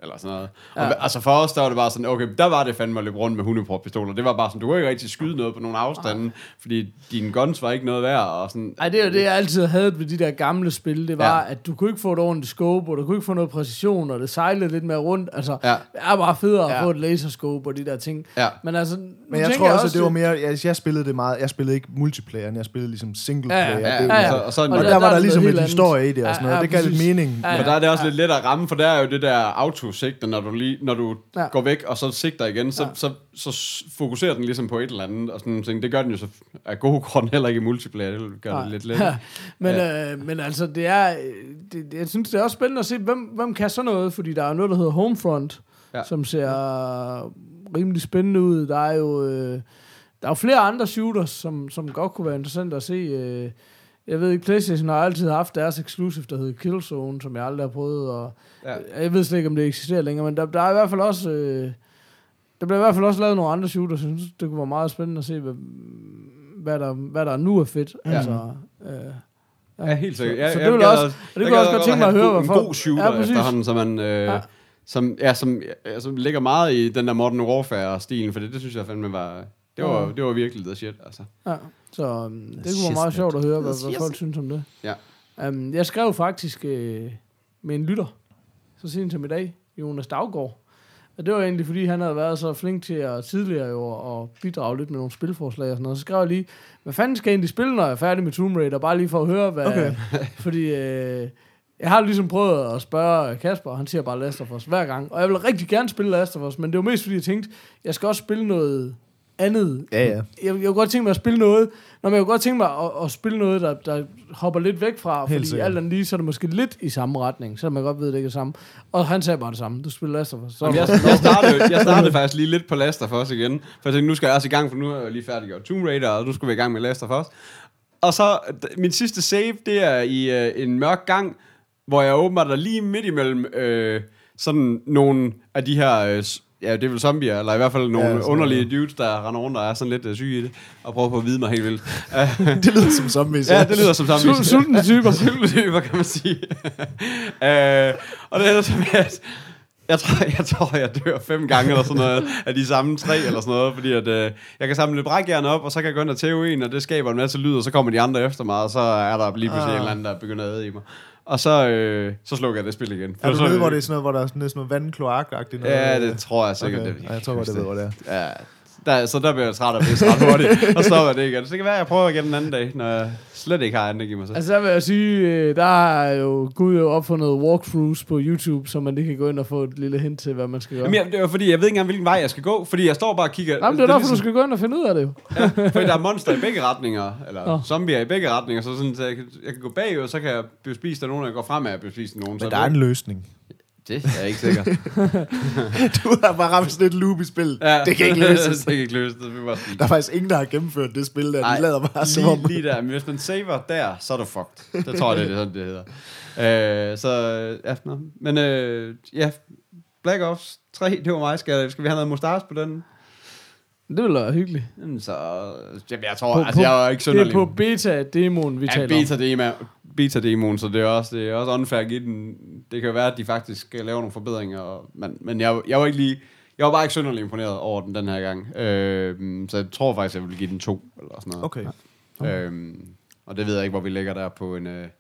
eller sådan noget. Ja. Og, altså for os, der var det bare sådan, okay, der var det fandme at løbe rundt med hundeprop-pistoler. Det var bare sådan, du kunne ikke rigtig skyde noget på nogle afstande, fordi dine guns var ikke noget værd. Og sådan. Ej, det er jo det, jeg altid havde ved de der gamle spil. Det var, at du kunne ikke få et ordentligt scope, og du kunne ikke få noget præcision, og det sejlede lidt mere rundt. Altså, det er bare federe at få et laserscope og de der ting. Ja. Men altså, men jeg tror også, at det var mere... Jeg spillede det meget... Jeg spillede ikke multiplayer, jeg spillede ligesom singleplayer. Og der var der ligesom en historie i det og sådan noget. Det gav lidt mening. Men der er det også lidt let at ramme, for der er jo det der autosigte, når du går væk, og så sigter igen, så fokuserer den ligesom på et eller andet, og sådan ting. Det gør den jo så af gode grunde heller ikke i multiplayer. Det gør det lidt let. Men altså, det er... jeg synes, det er også spændende at se, hvem kan sådan noget, fordi der er noget, der hedder Homefront, som ser rimelig spændende ud. Der er jo flere andre shooters, som godt kunne være interessant at se. Jeg ved ikke, PlayStation har altid haft deres exclusive, der hedder Killzone, som jeg aldrig har prøvet, og jeg ved slet ikke, om det eksisterer længere, men der er i hvert fald også... der bliver i hvert fald også lavet nogle andre shooters, så jeg synes, det kunne være meget spændende at se, hvad der nu er fedt. Altså, ja, helt sikkert. Så det vil også, og det kunne også godt tænke mig at høre, en god shooter efterhånden, som ligger meget i den der Modern Warfare-stilen, for det synes jeg fandme var... Det var virkelig the shit, altså. Ja, så det kunne være meget sjovt at høre, hvad folk synes om det. Ja. Jeg skrev faktisk med en lytter, så sent som i dag, Jonas Daugård. Og det var egentlig, fordi han havde været så flink til at tidligere jo at bidrage lidt med nogle spilforslag og sådan noget. Så skrev jeg lige, hvad fanden skal jeg egentlig spille, når jeg er færdig med Tomb Raider? Bare lige for at høre, hvad... Okay. Fordi jeg har ligesom prøvet at spørge Kasper, og han siger bare Last of Us hver gang. Og jeg vil rigtig gerne spille Last of Us, men det var mest fordi, jeg tænkte, jeg skal også spille noget andet. Ja. Jeg kunne godt tænke mig at spille noget, men jeg kunne godt tænke mig at spille noget, der hopper lidt væk fra, helt fordi alt andet lige, så er det måske lidt i samme retning, selvom jeg godt ved, det ikke er samme. Og han sagde bare det samme. Du spiller Last of Us. Jeg startede faktisk lige lidt på Last of Us igen, for jeg tænkte, nu skal jeg også i gang, for nu har jeg lige færdiggjort Tomb Raider, og nu skal vi i gang med Last of Us. Og så, min sidste save, det er i en mørk gang, hvor jeg åbenbart er lige midt imellem sådan nogle af de her... ja, det er vel zombier, eller i hvert fald nogle underlige dudes, der render rundt og er sådan lidt syge i det, og prøver på at vide mig helt vildt. Det lyder som zombies. Ja, det lyder som zombies. Sultne typer. Sultne typer, kan man sige. Og det er som, at jeg tror, jeg dør 5 gange eller sådan noget, af de samme 3 eller sådan noget, fordi at, jeg kan samle lidt brækjern op, og så kan jeg gå ind og tæve en, og det skaber en masse lyd, og så kommer de andre efter mig, og så er der lige pludselig en eller anden, der begynder at æde i mig. Og så slukker jeg det spil igen. Er du ved, hvor det er sådan noget, hvor der er sådan noget vandkloak-agtigt noget? Ja, det tror jeg sikkert. Okay. Jeg tror godt, det ved, hvor det er. Ja, så der bliver jeg træt af det ret hurtigt, og stopper det igen. Så det kan være, at jeg prøver igen den anden dag, når jeg slet ikke har andet i mig selv. Altså, der vil jeg sige, der er jo Gud jo opfundet walkthroughs på YouTube, så man lige kan gå ind og få et lille hint til, hvad man skal gøre. Jamen, det er fordi, jeg ved ikke engang, hvilken vej jeg skal gå, fordi jeg står bare og kigger... Jamen, det er derfor, ligesom... du skal gå ind og finde ud af det jo. Ja, fordi der er monster i begge retninger, eller zombier i begge retninger, så sådan, så jeg kan gå bagud, og så kan jeg blive spist af nogen, og jeg går fremad og blive spist af nogen. Men der er en løsning. Det er jeg ikke sikker. Du har bare ramt sådan et loop i spil. Ja, det kan ikke løses. Det kan ikke løses. Der er faktisk ingen, der har gennemført det spil der. De lader bare som om. Lige der. Men hvis man saver der, så er du fucked. Det tror jeg, det er sådan, det hedder. Så, ja. No. Men ja, Black Ops 3, det var mig. Skal vi have noget mustache på den? Det ville være hyggeligt. Så, jeg tror, jeg er ikke synderlig. Det er på beta-demoen, vi taler om. Beta-demoen, så det er også unfair at give den. Det kan jo være, at de faktisk laver nogle forbedringer, men jeg var bare ikke synderlig imponeret over den her gang. Så jeg tror faktisk, jeg vil give den 2 eller sådan noget. Okay. Og det ved jeg ikke, hvor vi ligger der på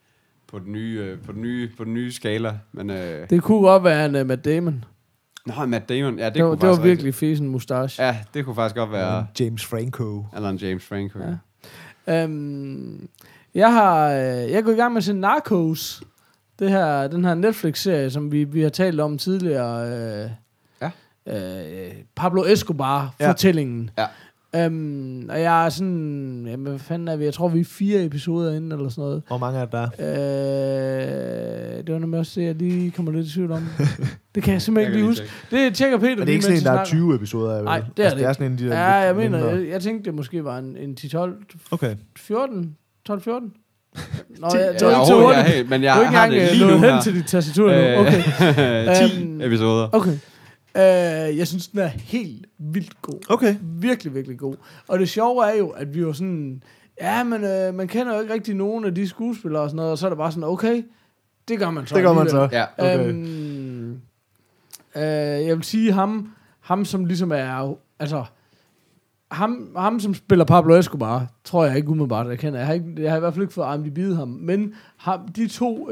den nye skala, men det kunne godt være en Matt Damon. Nå, Matt Damon. Ja, det var virkelig fesen mustache. Ja, det kunne faktisk godt være James Franco. Eller en James Franco. Ja. Jeg er gået i gang med sin Narcos. Den her Netflix-serie, som vi har talt om tidligere. Pablo Escobar-fortællingen. Ja. Og jeg er sådan... Jamen, hvad fanden er vi? Jeg tror, vi er 4 episoder inde, eller sådan noget. Hvor mange er der? Det var nemlig også det, jeg lige kommer lidt i tvivl om. Det kan jeg simpelthen ikke lige huske. Det tjekker Peter. Men det er ikke sådan en, der er 20 episoder? Nej, det er det. Det er sådan en, de der jeg mener, jeg tænkte, det måske var en 10-12... Okay. 14? 12-14? Nå, men jeg har det lige nu her. Hen til dit tastatur nu. Okay. 10 episoder. Okay. Jeg synes, den er helt vildt god. Okay. Virkelig, virkelig god. Og det sjove er jo, at vi jo sådan... Ja, men man kender jo ikke rigtig nogen af de skuespillere og sådan noget, og så er det bare sådan, okay, det gør man så. Det gør man så. Ja. Okay. Jeg vil sige ham som ligesom er, altså, ham som spiller Pablo Escobar, tror jeg ikke umiddelbart, jeg kender. Jeg har i hvert fald ikke fået IMDb'et ham, men de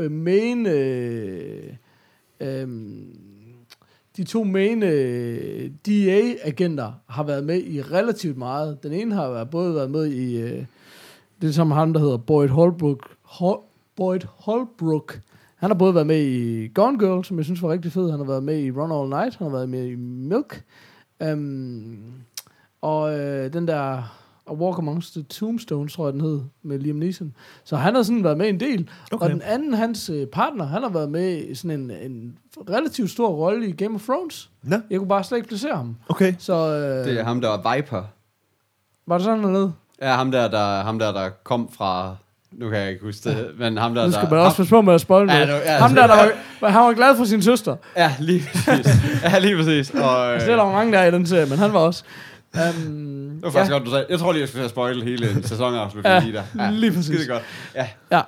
to main DEA-agenter har været med i relativt meget. Den ene har både været med i det som ham, der hedder Boyd Holbrook. Han har både været med i Gone Girl, som jeg synes var rigtig fed. Han har været med i Run All Night. Han har været med i Milk. Den der A Walk Amongst the Tombstones, tror jeg, den hed, med Liam Neeson. Så han har sådan været med en del. Okay. Og den anden, hans partner, han har været med i sådan en relativt stor rolle i Game of Thrones. Ja. Jeg kunne bare slet ikke placere ham. Okay. Så, det er ham, der var Viper. Var det sådan noget? Ja, ham der kom fra... Nu kan jeg ikke huske det, men ham der... Nu skal man også passe på med at spoile noget. Han var glad for sin søster. Ja, lige præcis. Og, altså, det er der mange der i den serie, men han var også... det var faktisk godt, du sagde. Jeg tror lige, jeg skal spoile hele en sæsonafslutning lige der. Ja, lige præcis. Skide godt. Ja.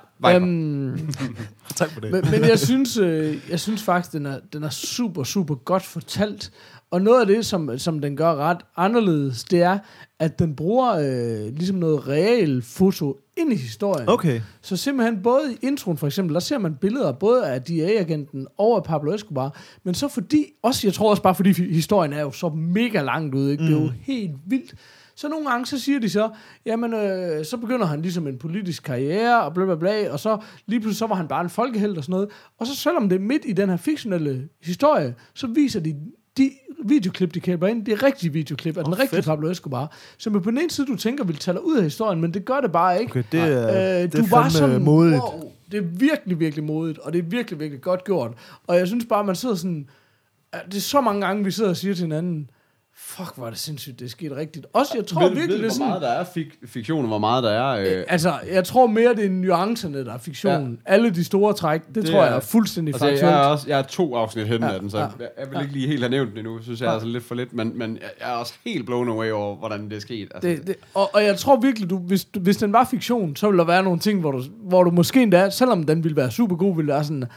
Tak for det. Men jeg synes faktisk, den er super, super godt fortalt. Og noget af det, som den gør ret anderledes, det er, at den bruger ligesom noget real foto ind i historien. Okay. Så simpelthen både i introen for eksempel, der ser man billeder både af DEA-agenten og af Pablo Escobar, men så fordi, jeg tror også bare fordi historien er jo så mega langt ude, ikke? Det er jo helt vildt. Så nogle gange, så siger de så, jamen, så begynder han ligesom en politisk karriere, og bla bla bla, og så lige pludselig, så var han bare en folkehelt og sådan noget. Og så selvom det er midt i den her fiktionelle historie, så viser de videoklip, de klipper ind, det er rigtige videoklip, den rigtige Pablo Escobar, som på den ene side, du tænker, vil tage dig ud af historien, men det gør det bare ikke. Okay, det er bare sådan, modigt. Wow, det er virkelig, virkelig modigt, og det er virkelig, virkelig godt gjort. Og jeg synes bare, man sidder sådan, det er så mange gange, vi sidder og siger til hinanden, fuck, hvor er det sindssygt, det er sket rigtigt. Også, jeg tror virkelig, det er sådan... Hvor meget der er fiktion, hvor meget der er... Altså, jeg tror mere, det er nuancerne, der er fiktionen. Ja. Alle de store træk, det tror jeg er fuldstændig faktuelt. Jeg er 2 afsnit hen af den, så jeg vil ikke lige helt have nævnt det endnu. Synes jeg er altså lidt for lidt, men jeg er også helt blown away over, hvordan det er sket. Altså. Og jeg tror virkelig, hvis den var fiktion, så ville der være nogle ting, hvor du måske endda, selvom den ville være super god, ville være sådan...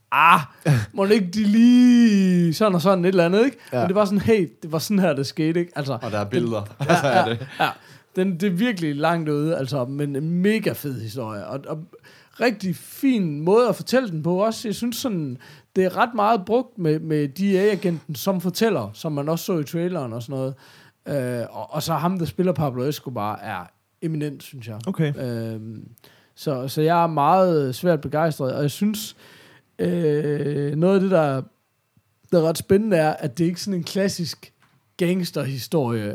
må det ikke de lige sådan og sådan et eller andet, ikke? Ja. Men det var sådan, hey, det var sådan her, det skete, ikke? Altså, og der er billeder. Det er virkelig langt ude, altså, men en mega fed historie, og rigtig fin måde at fortælle den på også. Jeg synes sådan, det er ret meget brugt med DEA-agenten som fortæller, som man også så i traileren og sådan noget. Og så ham, der spiller Pablo Escobar, er eminent, synes jeg. Okay. Så jeg er meget svært begejstret, og jeg synes... noget af det, der er ret spændende, er, at det ikke er sådan en klassisk gangsterhistorie,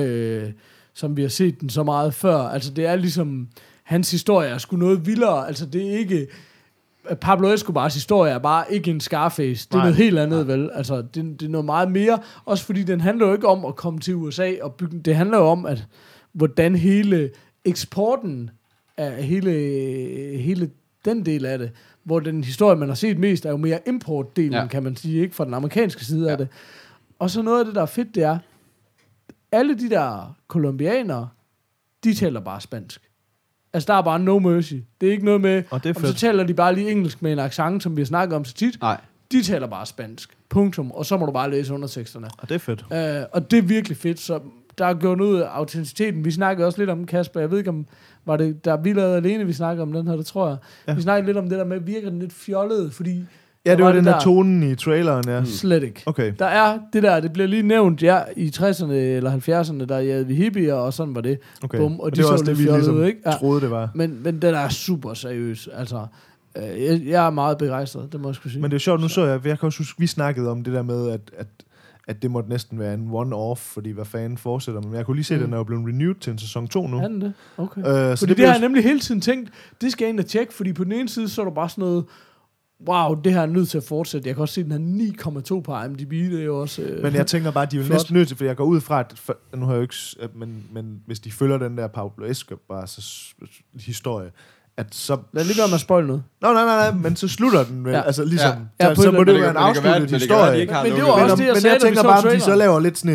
som vi har set den så meget før. Altså, det er ligesom, hans historie er sgu noget vildere. Altså, det er ikke... Pablo Escobars historie er bare ikke en Scarface. Det er noget helt andet, vel? Altså, det er noget meget mere. Også fordi den handler jo ikke om at komme til USA og bygge... Det handler jo om, at hvordan hele eksporten af hele den del af det, hvor den historie, man har set mest, er jo mere importdelen, kan man sige, ikke, fra den amerikanske side af det. Og så noget af det, der er fedt, det er, alle de der kolumbianere, de taler bare spansk. Altså, der er bare no mercy. Det er ikke noget med, og så taler de bare lige engelsk med en accent, som vi har snakket om så tit. Nej. De taler bare spansk. Punktum. Og så må du bare læse underteksterne. Og det er fedt. Og det er virkelig fedt, så der er gået ud af autenticiteten. Vi snakkede også lidt om, Kasper, jeg ved ikke om, var det der vi lavede alene, vi snakkede om den her, det tror jeg. Ja. Vi snakkede lidt om det der med, virker den lidt fjollet, fordi... Ja, det var den der tonen i traileren, ja. Slet ikke. Okay. Der er det der, det bliver lige nævnt, i 60'erne eller 70'erne, der jagede vi hippier, og sådan var det. Okay. Bum, og de så lidt fjollet ligesom ud, ikke? Ja. Troede, det var. Men den er super seriøs, altså... Jeg er meget begejstret, det må jeg skulle sige. Men det er sjovt, nu så jeg kan også huske, vi snakkede om det der med, at det måtte næsten være en one-off, fordi hvad fanden fortsætter. Men jeg kunne lige se, at den er jo blevet renewed til en sæson 2 nu. Er den det? Okay. Fordi det har jeg nemlig hele tiden tænkt, det skal jeg ind og tjekke, fordi på den ene side, så er der bare sådan noget, wow, det her er nødt til at fortsætte. Jeg kan også se, den her 9,2 på IMDb, det er jo også men jeg tænker bare, de er jo næsten nødt til, for jeg går ud fra, at nu har jeg jo ikke, men hvis de følger den der Pablo Escobar historie, at så... Lad lige være med at spoil noget. Nej, men så slutter den vel. Altså ligesom... Ja, så må det jo være en afsluttet historie. Men det var også det, jeg men sagde, jeg tænker bare, om de så laver lidt sådan en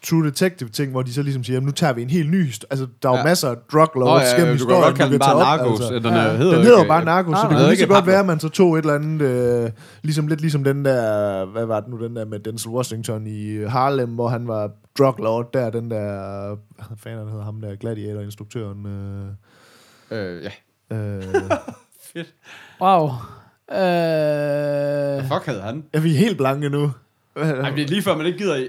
True Detective-ting, hvor de så ligesom siger, nu tager vi en helt ny historie. Altså, der er jo masser af drug lords gennem historien. Du kan godt kalde den bare Narcos. Altså. Den hedder bare Narcos, så det kunne lige så godt være, at man man så tog et eller andet, lidt ligesom den der, hvad var det nu, den der med Denzel Washington i Harlem, hvor han var drug lord der, den der, hvad fanden hedder ham der, Gladiator-instruktøren. Ja. Fedt. Wow. Hvad fuck havde han? Ja, vi er helt blanke nu. Ej, det er lige før man ikke gider...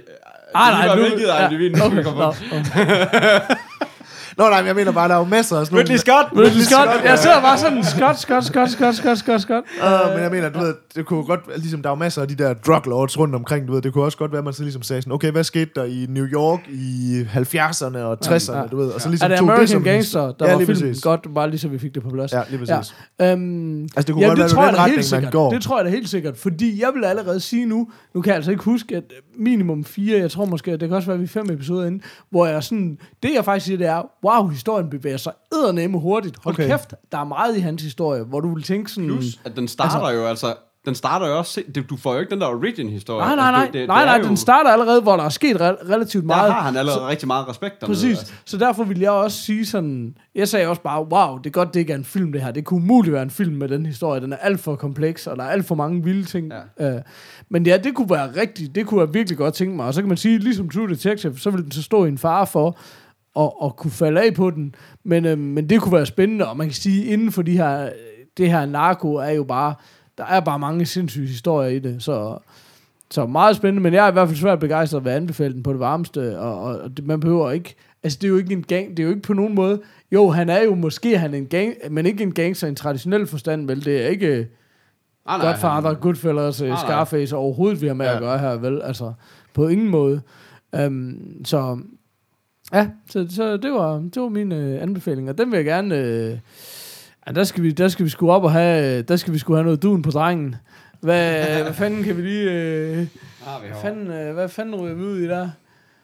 Nå nej, men jeg mener bare, der er jo masser af sådan nogle... Ridley Scott! Jeg sidder bare sådan, Scott. Men jeg mener, du ved, det kunne godt... Ligesom, der er jo masser af de der drug lords rundt omkring, du ved. Det kunne også godt være, at man så ligesom sagde sådan, okay, hvad skete der i New York i 70'erne og 60'erne, du ved. Og så ligesom er det American Gangster, der var filmen godt, bare lige så vi fik det på plads. Ja, lige præcis. Altså, det kunne godt være, den retning, man går. Det tror jeg da helt sikkert, fordi jeg vil allerede sige nu kan jeg altså ikke huske, at minimum 4, jeg tror måske, at det kan også være, at vi er 5 episoder inde, hvor jeg sådan, det jeg faktisk siger, det er, wow, historien bevæger sig eddernemme hurtigt. Hold kæft, der er meget i hans historie, hvor du vil tænke sådan... Plus, at den starter den starter jo også... Du får jo ikke den der origin-historie. Nej, den starter allerede, hvor der er sket relativt meget. Der har han allerede rigtig meget respekt dernede. Præcis, altså. Så derfor vil jeg også sige sådan... Jeg sagde også bare, wow, det er godt, det ikke er en film, det her. Det kunne umuligt være en film med den historie. Den er alt for kompleks, og der er alt for mange vilde ting. Ja. Men ja, det kunne være rigtigt. Det kunne jeg virkelig godt tænke mig. Og så kan man sige, ligesom True Detective, så vil den så stå i en fare for... Og kunne falde af på den. Men det kunne være spændende, og man kan sige, inden for det her narko er jo bare, der er bare mange sindssyge historier i det, så meget spændende, men jeg er i hvert fald svært begejstret ved at anbefale den på det varmeste, og det, man behøver ikke, altså det er jo ikke en gang, det er jo ikke på nogen måde, jo, han er jo måske, han er en gang, men ikke en gangster i en traditionel forstand, vel, det er ikke Godfather, Goodfellas, Scarface overhovedet, vi har med at gøre her, vel, altså, på ingen måde, så ja, så det var min anbefaling, og den vil jeg gerne... der skal vi sgu op og have... Der skal vi sgu have noget dun på drengen. Hvad fanden kan vi lige... hvad fanden ryger vi ud i der?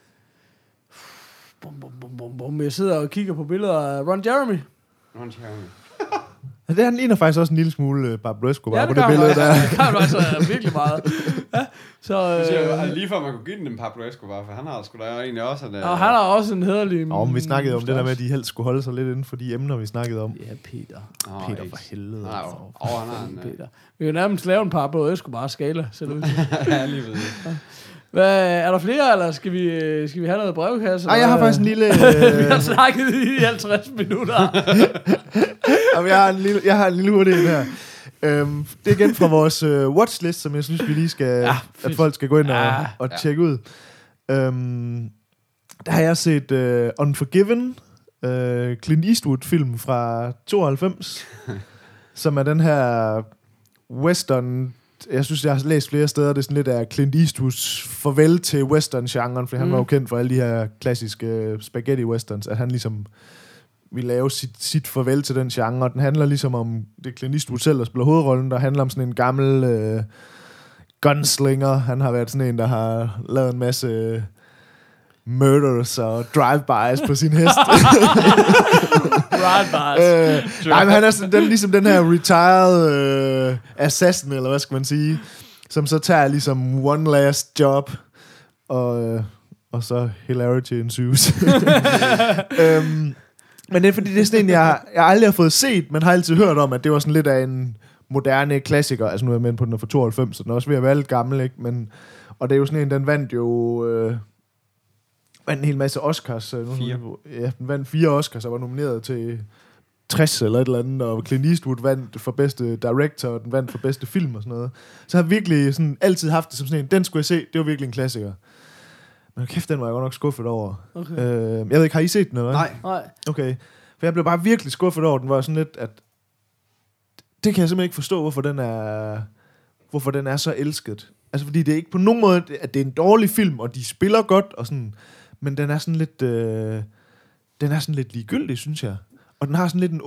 Bum. Jeg sidder og kigger på billeder af Ron Jeremy. Det han ligner faktisk også en lille smule Pablo Escobar på det billede der. Det kan du altså virkelig meget. Ja, så lige før man kunne give den en Pablo Escobar, for han har sgu da egentlig også en... Og han har også en hederlig... men vi snakkede om det der med, at de helst skulle holde sig lidt inden for de emner, vi snakkede om. Ja, Peter. Peter for helvede. Han har en... Peter. Vi kan nærmest lave en Pablo Escobar-skala, ser det ud. Ja, lige ved det. Er der flere, eller skal vi have noget brevkasse? Nej, jeg har faktisk en lille... Vi har snakket i 50 minutter. Jeg har en lille hurtig en her. Det er igen fra vores watchlist, som jeg synes, vi lige skal... at folk skal gå ind og tjekke ud. Der har jeg set Unforgiven, Clint Eastwood-film fra 92, som er den her western... Jeg synes, jeg har læst flere steder, det er sådan lidt af Clint Eastwoods farvel til western-genren, for han var jo kendt for alle de her klassiske spaghetti-westerns, at han ligesom vil lave sit farvel til den genre, og den handler ligesom om, det Clint Eastwood selv, der spiller hovedrollen, der handler om sådan en gammel gunslinger. Han har været sådan en, der har lavet en masse murders og drive-bys på sin hest. Drive-bys. Nej, men han er sådan, ligesom den her retired assassin, eller hvad skal man sige, som så tager ligesom one last job, og så hilarity ensues. Men det er fordi, det er sådan en, jeg aldrig har fået set, men har altid hørt om, at det var sådan lidt af en moderne klassiker. Altså nu er jeg med på den fra 92, så den er også ved at være lidt gammel, ikke? Og det er jo sådan en, den vandt jo... vandt en hel masse Oscars. 4. Ja, den vandt 4 Oscars og var nomineret til 60 eller et eller andet, og Clint Eastwood vandt for bedste director, og den vandt for bedste film og sådan noget. Så jeg har virkelig sådan altid haft det som sådan en, den skulle jeg se, det var virkelig en klassiker. Men kæft, den var jeg godt nok skuffet over. Okay. Jeg ved ikke, har I set den eller hvad? Nej. Okay. For jeg blev bare virkelig skuffet over, den var sådan lidt, at det kan jeg simpelthen ikke forstå, hvorfor den er så elsket. Altså fordi det er ikke på nogen måde, at det er en dårlig film, og de spiller godt og sådan, men den er sådan lidt ligegyldig, synes jeg. Og den har sådan lidt en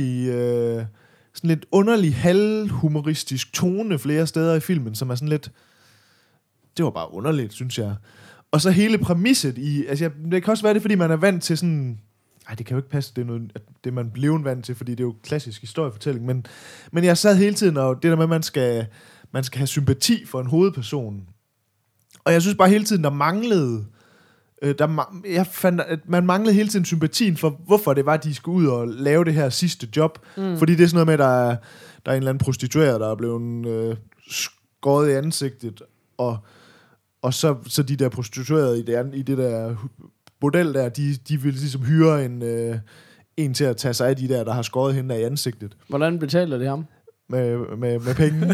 underlig halvhumoristisk tone flere steder i filmen, som er sådan lidt, det var bare underligt, synes jeg. Og så hele præmisset i, altså det kan også være det, fordi man er vant til sådan, det kan jo ikke passe, det er noget, det man blev vant til, fordi det er jo klassisk historiefortælling, men jeg sad hele tiden, og det der med, at man skal have sympati for en hovedperson. Og jeg synes bare hele tiden, der manglede Jeg fandt, at man manglede hele tiden sympatien for, hvorfor det var, de skulle ud og lave det her sidste job. Fordi det er sådan noget med, at der er en eller anden prostitueret, der er blevet skåret i ansigtet, og så de der prostituerede i det der bordel der, de vil ligesom hyre en til at tage sig af de der har skåret hende der i ansigtet. Hvordan betaler de ham? Med penge.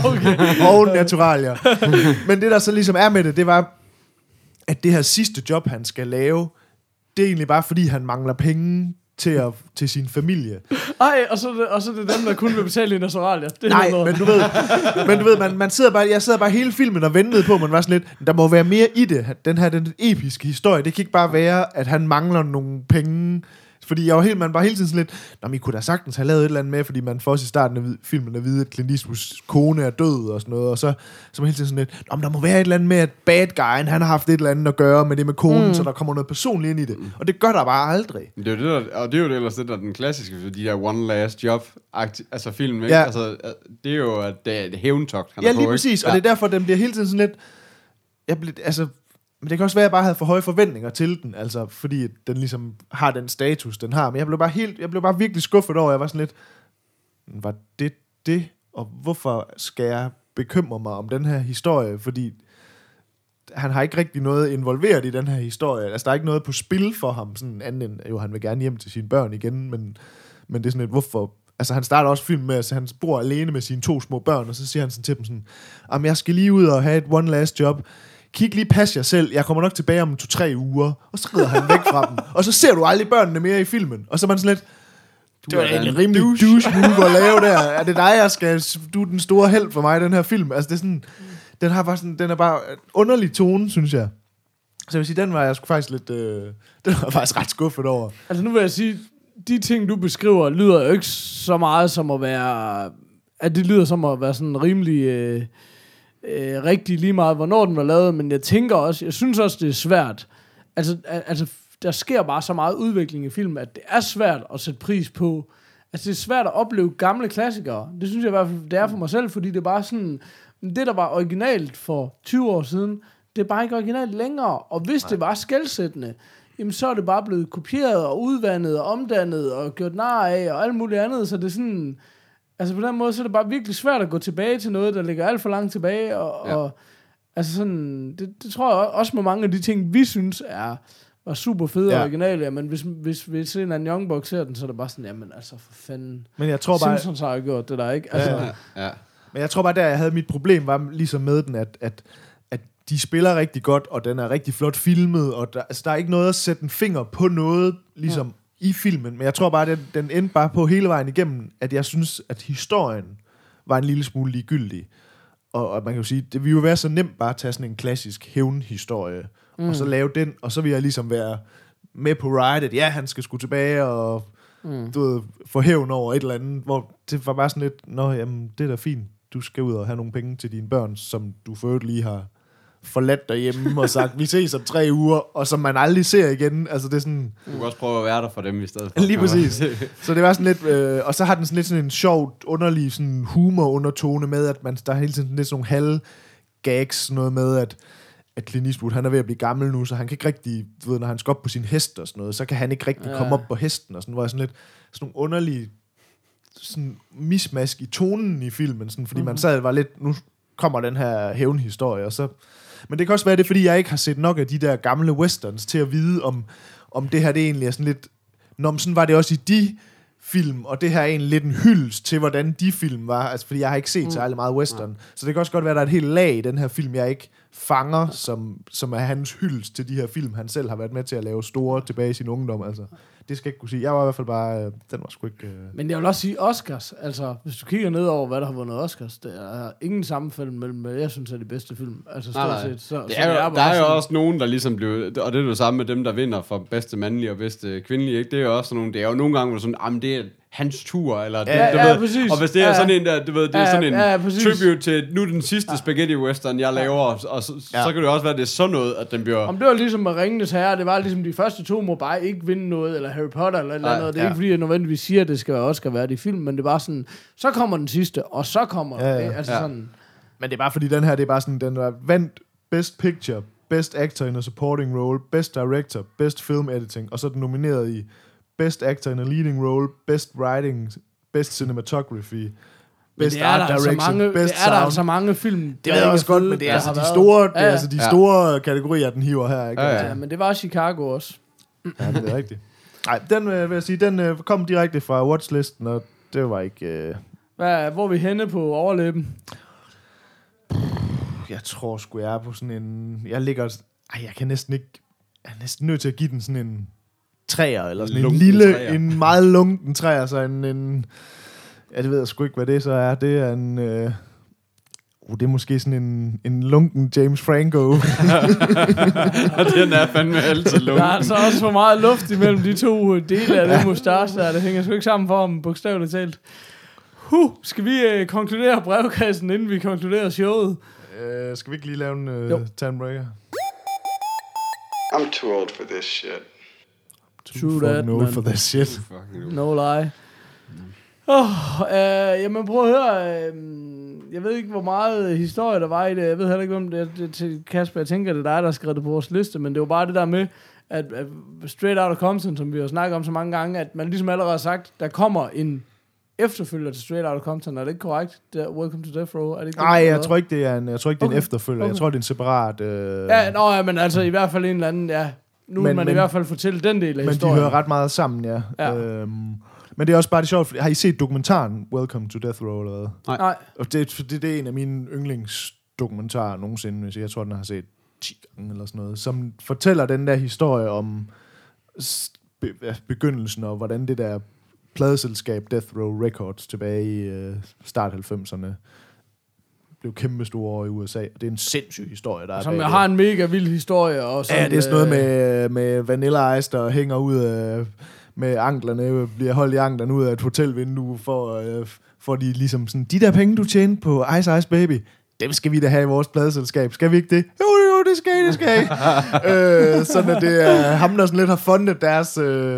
Og naturalier. Men det, der så ligesom er med det var, at det her sidste job, han skal lave, det er egentlig bare, fordi han mangler penge til sin familie. Ej, og så er det dem, der kun vil betale i naturalier. Nej, men du ved, man sidder bare, jeg sidder bare hele filmen og ventede på, man var sådan lidt, der må være mere i det. Den episke historie, det kan ikke bare være, at han mangler nogle penge. Fordi man var hele tiden sådan lidt, I kunne da sagtens have lavet et eller andet med, fordi man får også i starten af filmen at vide, at Clint Eastwoods kone er død og sådan noget, og så man hele tiden sådan lidt, der må være et eller andet med, at bad guyen, han har haft et eller andet at gøre med det med konen, så der kommer noget personligt ind i det. Og det gør der bare aldrig. Det er jo det, og det er jo ellers det, der er den klassiske, de der one last job, altså film, ikke? Ja. Altså, det er jo, at det er hævntogt, han Ja, er på, lige præcis, og det er derfor, den bliver hele tiden sådan lidt, men det kan også være, at jeg bare havde for høje forventninger til den, altså fordi den ligesom har den status, den har. Men jeg blev bare virkelig skuffet over, jeg var sådan lidt, var det? Og hvorfor skal jeg bekymre mig om den her historie? Fordi han har ikke rigtig noget involveret i den her historie. Altså der er ikke noget på spil for ham, sådan andet end, jo han vil gerne hjem til sine børn igen, men det er sådan lidt, hvorfor? Altså han starter også filmen med, at han bor alene med sine 2 små børn, og så siger han sådan til dem sådan, jeg skal lige ud og have et one last job. Kig lige, pas jer selv. Jeg kommer nok tilbage om 2-3 uger. Og så rider han væk fra dem. Og så ser du aldrig børnene mere i filmen. Og så er man sådan lidt, det var en rimelig douche move at lave der. Er det dig, du er den store held for mig i den her film? Altså det er sådan, den er bare en underlig tone, synes jeg. Så jeg vil sige, den var jeg sgu faktisk lidt, den var faktisk ret skuffet over. Altså nu vil jeg sige, de ting du beskriver, lyder jo ikke så meget som at være, at det lyder som at være sådan rimelig rigtig lige meget, hvornår den var lavet, men jeg synes også, det er svært. Altså, der sker bare så meget udvikling i film, at det er svært at sætte pris på. Altså, det er svært at opleve gamle klassikere. Det synes jeg i hvert fald, det er for mig selv, fordi det er bare sådan, det der var originalt for 20 år siden, det er bare ikke originalt længere. Og hvis det var skelsættende, jamen så er det bare blevet kopieret og udvandet og omdannet og gjort nar af og alt muligt andet, så det er sådan. Altså på den måde, så er det bare virkelig svært at gå tilbage til noget, der ligger alt for langt tilbage, og altså sådan, det tror jeg også med mange af de ting, vi synes var super fede og originale, men hvis en anden Young Buck ser den, så er det bare sådan, jamen altså for fanden. Men jeg tror bare, Simpsons har jo gjort det der, ikke? Altså, ja. Men jeg tror bare, der jeg havde mit problem, var ligesom med den, at de spiller rigtig godt, og den er rigtig flot filmet, og der er ikke noget at sætte en finger på noget, ligesom i filmen, men jeg tror bare, at den endte bare på hele vejen igennem, at jeg synes, at historien var en lille smule ligegyldig. Og man kan jo sige, det ville jo være så nemt bare at tage sådan en klassisk hævnhistorie, og så lave den, og så vil jeg ligesom være med på ride, at ja, han skal sgu tilbage og du ved, få hævn over et eller andet, hvor det var bare sådan lidt, jamen, det er da fint, du skal ud og have nogle penge til dine børn, som du for lige har forladt derhjemme og sagt, vi ses om 3 uger, og som man aldrig ser igen. Altså det er sådan. Du kan også prøve at være der for dem i stedet for. Lige præcis. Så det var sådan lidt, og så har den sådan lidt sådan en sjovt, underlig sådan humor-undertone med, at der er hele tiden lidt sådan nogle halv-gags, noget med, at Clint Eastwood, han er ved at blive gammel nu, så han kan ikke rigtig, du ved, når han skal op på sin hest og sådan noget, så kan han ikke rigtig komme op på hesten, og sådan, hvor jeg sådan lidt, sådan nogle underlige, sådan mismask i tonen i filmen, sådan, fordi man sad var lidt, nu kommer den her hævnhistorie, og så. Men det kan også være det, fordi jeg ikke har set nok af de der gamle westerns til at vide, om det her det egentlig er sådan lidt. Nå, sådan var det også i de film, og det her er egentlig lidt en hyldest til, hvordan de film var. Altså, fordi jeg har ikke set særlig meget western. Så det kan også godt være, at der er et helt lag i den her film, jeg ikke fanger, som er hans hyldest til de her film, han selv har været med til at lave store tilbage i sin ungdom. Altså, det skal jeg ikke kunne sige. Jeg var i hvert fald bare, den var sgu ikke. Men jeg vil også sige Oscars. Altså, hvis du kigger ned over, hvad der har vundet Oscars, der er ingen sammenfælde mellem, hvad jeg synes er de bedste film. Altså, stort set. Så der er jo også nogen, der ligesom blev, og det er jo det samme med dem, der vinder for bedste mandlige og bedste kvindelige, ikke? Det er jo også nogle, det er jo nogle gange, hvor sådan, det er hans tur, eller du ved, præcis. Og hvis det er sådan en der, du ved, det er sådan en tribute til, nu den sidste spaghetti western, jeg laver, og så kan det også være, det er sådan noget, at den bliver. Om det var ligesom med Ringenes Herre, det var ligesom de første 2 må bare ikke vinde noget, eller Harry Potter, eller noget. Det er ikke fordi, jeg nødvendigvis siger, at det skal også skal være det i film, men det var sådan, så kommer den sidste, og så kommer sådan. Men det er bare fordi, den her, det er bare sådan, den var vandt Best Picture Best Actor in a Supporting Role, Best Director, Best Film Editing, og så er den nomineret i Best Actor in a Leading Role, Best Writing, Best Cinematography, Best Art Direction, Best Sound. Der altså mange film. Det ved jeg også godt, men det er altså de store, det er altså de store kategorier, den hiver her. Ikke? Ja, men det var Chicago også. Ja, det er rigtigt. Nej, den vil jeg sige, den kom direkte fra watchlisten, og det var ikke... Hvor er vi henne på overlæben? Jeg tror sgu, jeg er på sådan en... jeg kan næsten ikke... Jeg er næsten nødt til at give den sådan en 3'er, eller sådan en lille, træer. En meget lunken 3'er, så en... Ja, det ved jeg sgu ikke, hvad det så er. Det er en... det er måske sådan en lunken James Franco. Og den er fandme altid lunken. Der er altså også for meget luft imellem de to dele af det mustache der. Det hænger sgu ikke sammen for ham, bogstaveligt talt. Skal vi konkludere brevkassen, inden vi konkluderer showet? Skal vi ikke lige lave en tandbreaker? I'm too old for this shit. True that, old for this shit. No lie. Jamen prøv at høre. Jeg ved ikke, hvor meget historie der var i det. Jeg ved heller ikke, hvem det er til Kasper. Jeg tænker, det er dig, der har skrevet det på vores liste. Men det var bare det der med, at Straight Outta Compton, som vi har snakket om så mange gange, at man ligesom allerede har sagt, der kommer en efterfølger til Straight Outta Compton. Er det ikke korrekt? Welcome to Death Row? Nej, jeg tror ikke, det er en efterfølger. Okay. Jeg tror, det er en separat... Ja, men altså i hvert fald en eller anden... Ja. Nu vil man i hvert fald fortælle den del af historien. Men de hører ret meget sammen, ja. Men det er også bare det sjovt. Har I set dokumentaren Welcome to Death Row eller hvad? Nej. Og det er en af mine yndlingsdokumentarer nogensinde. Jeg tror, den har set 10 gange eller sådan noget. Som fortæller den der historie om begyndelsen og hvordan det der pladeselskab Death Row Records tilbage i start 90'erne blev kæmpe store over i USA. Og det er en sindssyg historie, der er som har en mega vild historie. Og sådan, det er sådan noget med Vanilla Ice, der hænger ud af... med anklerne, bliver holdt i anklerne ud af et hotelvindue, for de ligesom sådan, de der penge, du tjener på Ice Ice Baby, dem skal vi da have i vores pladeselskab. Skal vi ikke det? Jo, det skal I. Sådan at det er ham, der sådan lidt har fundet deres,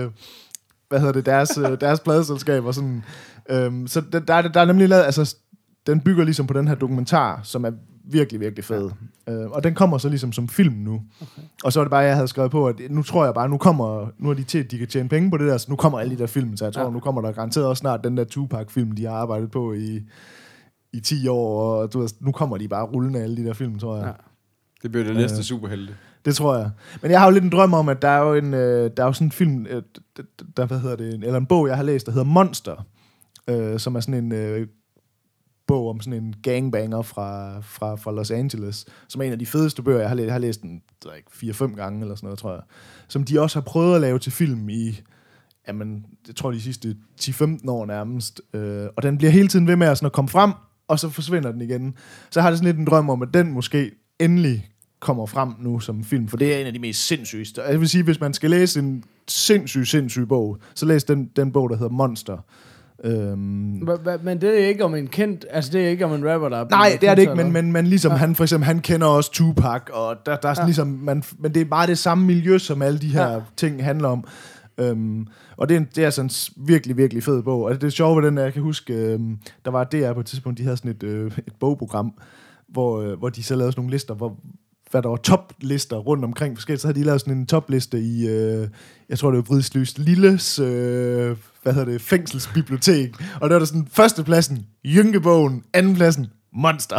deres pladeselskab, og sådan. Så der er nemlig lavet, altså, den bygger ligesom på den her dokumentar, som er virkelig, virkelig fed. Og den kommer så ligesom som film nu. Okay. Og så var det bare, jeg havde skrevet på, at nu tror jeg bare, nu er de til, at de kan tjene penge på det der, så nu kommer alle de der film, så jeg tror, nu kommer der garanteret også snart den der Tupac-film, de har arbejdet på i 10 år, og du ved, nu kommer de bare rullende alle de der film, tror jeg. Ja. Det bliver det næste superhelte. Det tror jeg. Men jeg har jo lidt en drøm om, at der er jo sådan en film, eller en bog, jeg har læst, der hedder Monster, som er sådan en... bog om sådan en gangbanger fra Los Angeles, som er en af de fedeste bøger, jeg har læst den 4-5 gange, eller sådan noget, tror jeg. Som de også har prøvet at lave til film i, jamen, jeg tror de sidste 10-15 år nærmest. Og den bliver hele tiden ved med at komme frem, og så forsvinder den igen. Så har det sådan lidt en drøm om, at den måske endelig kommer frem nu som film, for det er en af de mest sindssygste. Jeg vil sige, hvis man skal læse en sindssyg bog, så læs den bog, der hedder Monster. Men det er ikke om en kendt, altså det er ikke om en rapper, der er... Nej, det er det ikke, men ligesom han for eksempel, han kender også Tupac, og der er ligesom, men det er bare det samme miljø, som alle de her ting handler om. Og det er sådan en virkelig, virkelig fed bog. Og det er sjovt, hvordan jeg kan huske, der var DR på et tidspunkt, de havde sådan et bogprogram, hvor de så lavede sådan nogle lister, hvad der var toplister rundt omkring forskelligt, så havde de lavet sådan en topliste i, jeg tror det var Vridsløs Lilles, fængselsbibliotek, og der var der sådan førstepladsen, Jynkebogen, andenpladsen, Monster.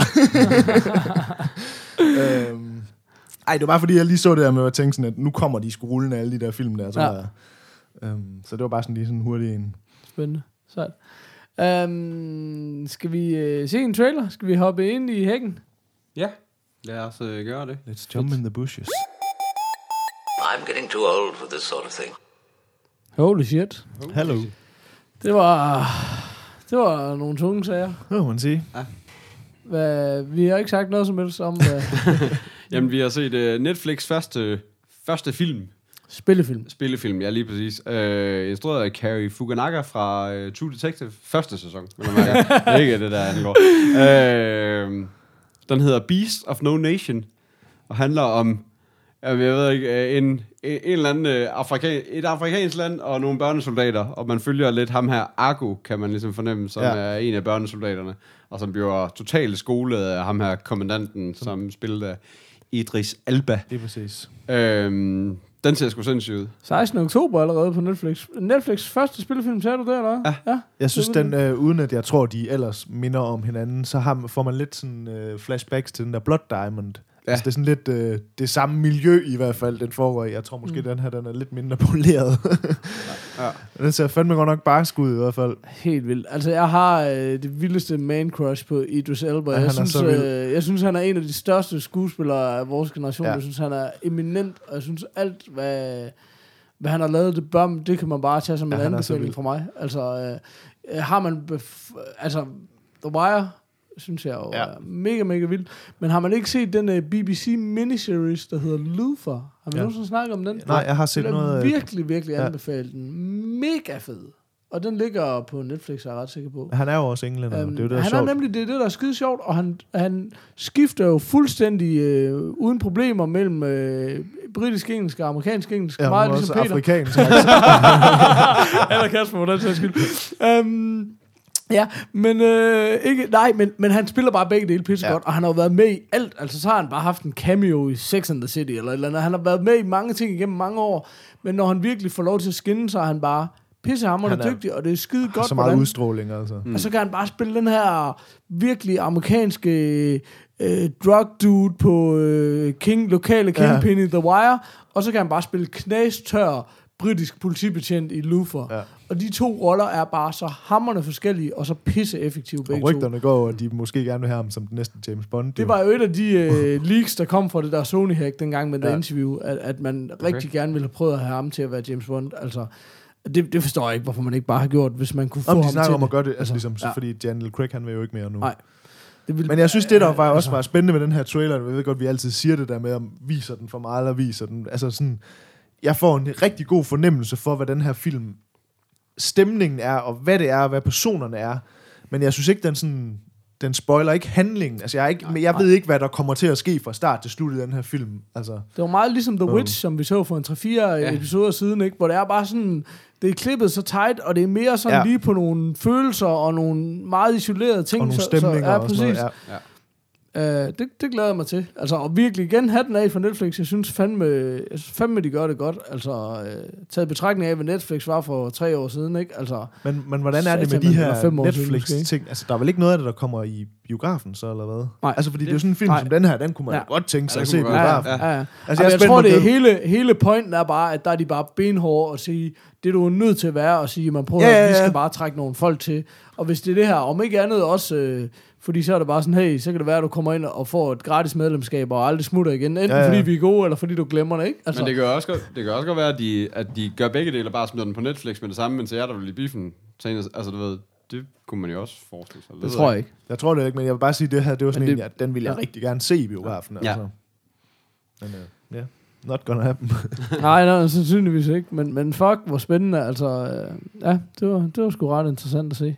Det var bare fordi, jeg lige så det der med at tænke sådan, at nu kommer de sgu rullende alle de der film der, tror jeg. Så det var bare sådan lige sådan hurtigt en. Spændende. Sejt. Skal vi se en trailer? Skal vi hoppe ind i hækken? Ja. Lad os gøre det. Let's jump in the bushes. I'm getting too old for this sort of thing. Holy shit. Hello. Det var nogle tunge sager. Det må man sige. Ja. Vi har ikke sagt noget som helst om... Jamen, vi har set Netflix første film. Spillefilm, ja, lige præcis. Instrueret af Cary Fukunaga fra True Detective, første sæson. Det er ikke det, der angår. Den hedder Beast of No Nation, og handler om, jeg ved ikke, en eller anden et afrikansk land og nogle børnesoldater, og man følger lidt ham her, Argo, kan man ligesom fornemme, som er en af børnesoldaterne, og som bliver totalt skolet af ham her, kommandanten, som spillet af Idris Elba. Det er præcis. Den ser sgu sindssygt ud. 16. oktober allerede på Netflix. Netflix første spillefilm, ser du det, eller? Ja. Jeg synes, den, uden at jeg tror, de ellers minder om hinanden, så får man lidt sådan flashbacks til den der Blood Diamond. Ja. Altså, det er sådan lidt det samme miljø i hvert fald, den foregår i. Jeg tror måske, den her den er lidt mindre poleret. Ja. Den ser fandme godt nok barsk ud i hvert fald. Helt vildt. Altså, jeg har det vildeste man crush på Idris Elba. Ja, jeg synes, han er en af de største skuespillere af vores generation. Ja. Jeg synes, han er eminent, og jeg synes alt, hvad han har lavet, det kan man bare tage som en anbefaling fra mig. Altså, har man... The Wire... synes jeg jo er mega, mega vildt. Men har man ikke set den BBC miniseries, der hedder Luther? Har vi nogensinde snakket om den? Nej, jeg har set noget... virkelig anbefalet den. Mega fed. Og den ligger på Netflix, er jeg ret sikker på. Han er jo også englænder. Det er jo det, der er han sjovt. er nemlig det, der er skide sjovt, og han skifter jo fuldstændig uden problemer mellem britisk engelsk og amerikansk engelsk. Ja, meget ligesom Peter. Afrikansk. Eller Kasper, hvordan tager skyld. Ja, men han spiller bare begge dele pisse godt, og han har jo været med i alt. Altså, så har han bare haft en cameo i Sex and the City, eller et eller andet. Han har været med i mange ting igennem mange år, men når han virkelig får lov til at skinne, så er han bare pissehamrende dygtig, og det er skide godt. Så meget udstråling, altså. Og så kan han bare spille den her virkelig amerikanske drug dude på lokale kingpin i The Wire, og så kan han bare spille knastør britisk politibetjent i Luther. Ja. Og de to roller er bare så hamrende forskellige, og så pisse effektive begge to. Og rygterne går, at de måske gerne vil have ham som den næste James Bond. Det var jo et af de leaks, der kom fra det der Sony-hack dengang med det interview, at man rigtig gerne ville have prøvet at have ham til at være James Bond. Altså, det forstår jeg ikke, hvorfor man ikke bare har gjort, hvis man kunne få ham til. De snakker om at gøre det, altså ligesom, fordi Daniel Craig, han vil jo ikke mere nu. Nej. Men jeg synes, det der også var spændende med den her trailer, jeg ved godt, vi altid siger det der med, om viser den for meget, eller viser den. Altså sådan, jeg får en rigtig god fornemmelse for, hvad den her film stemningen er, og hvad det er, og hvad personerne er. Men jeg synes ikke, den spoiler ikke handlingen. Altså, jeg ved ikke, hvad der kommer til at ske fra start til slut i den her film. Altså, det var meget ligesom The Witch, som vi så for en 3-4 episoder siden, ikke? Hvor det er bare sådan, det er klippet så tight, og det er mere sådan lige på nogle følelser, og nogle meget isolerede ting. Og nogle stemninger og sådan noget. Det glæder jeg mig til. Altså, og virkelig igen, hatten af for Netflix. Jeg synes fandme, de gør det godt. Altså, taget betragtning af, hvad Netflix var for 3 år siden, ikke? Altså, men hvordan er det med de her Netflix-ting? Altså, der er vel ikke noget af det, der kommer i biografen, så, eller hvad? Nej. Altså, fordi det er jo sådan en film som den her, den kunne man godt tænke sig at se i biografen. Altså, jeg tror, det er hele pointen er bare, at der er de bare benhårde og sige, det du er nødt til at være, og sige, man prøver, at vi skal bare trække nogle folk til. Og hvis det er det her, om ikke andet også... fordi så er det bare sådan, hey, så kan det være, at du kommer ind og får et gratis medlemskab, og aldrig smutter igen. Enten fordi vi er gode, eller fordi du glemmer det, ikke? Altså. Men det kan også godt være, at de gør begge dele, og bare smider den på Netflix med det samme, mens jeg der vil i biffen. Altså, du ved, det kunne man jo også forestille sig. Det tror jeg ikke. Jeg tror det ikke, men jeg vil bare sige, det her, det var sådan en, den vil jeg rigtig gerne se i biografen. Ja. Altså. Men not gonna happen. Nej, sandsynligvis ikke. Men fuck, hvor spændende. Altså, det var sgu ret interessant at se.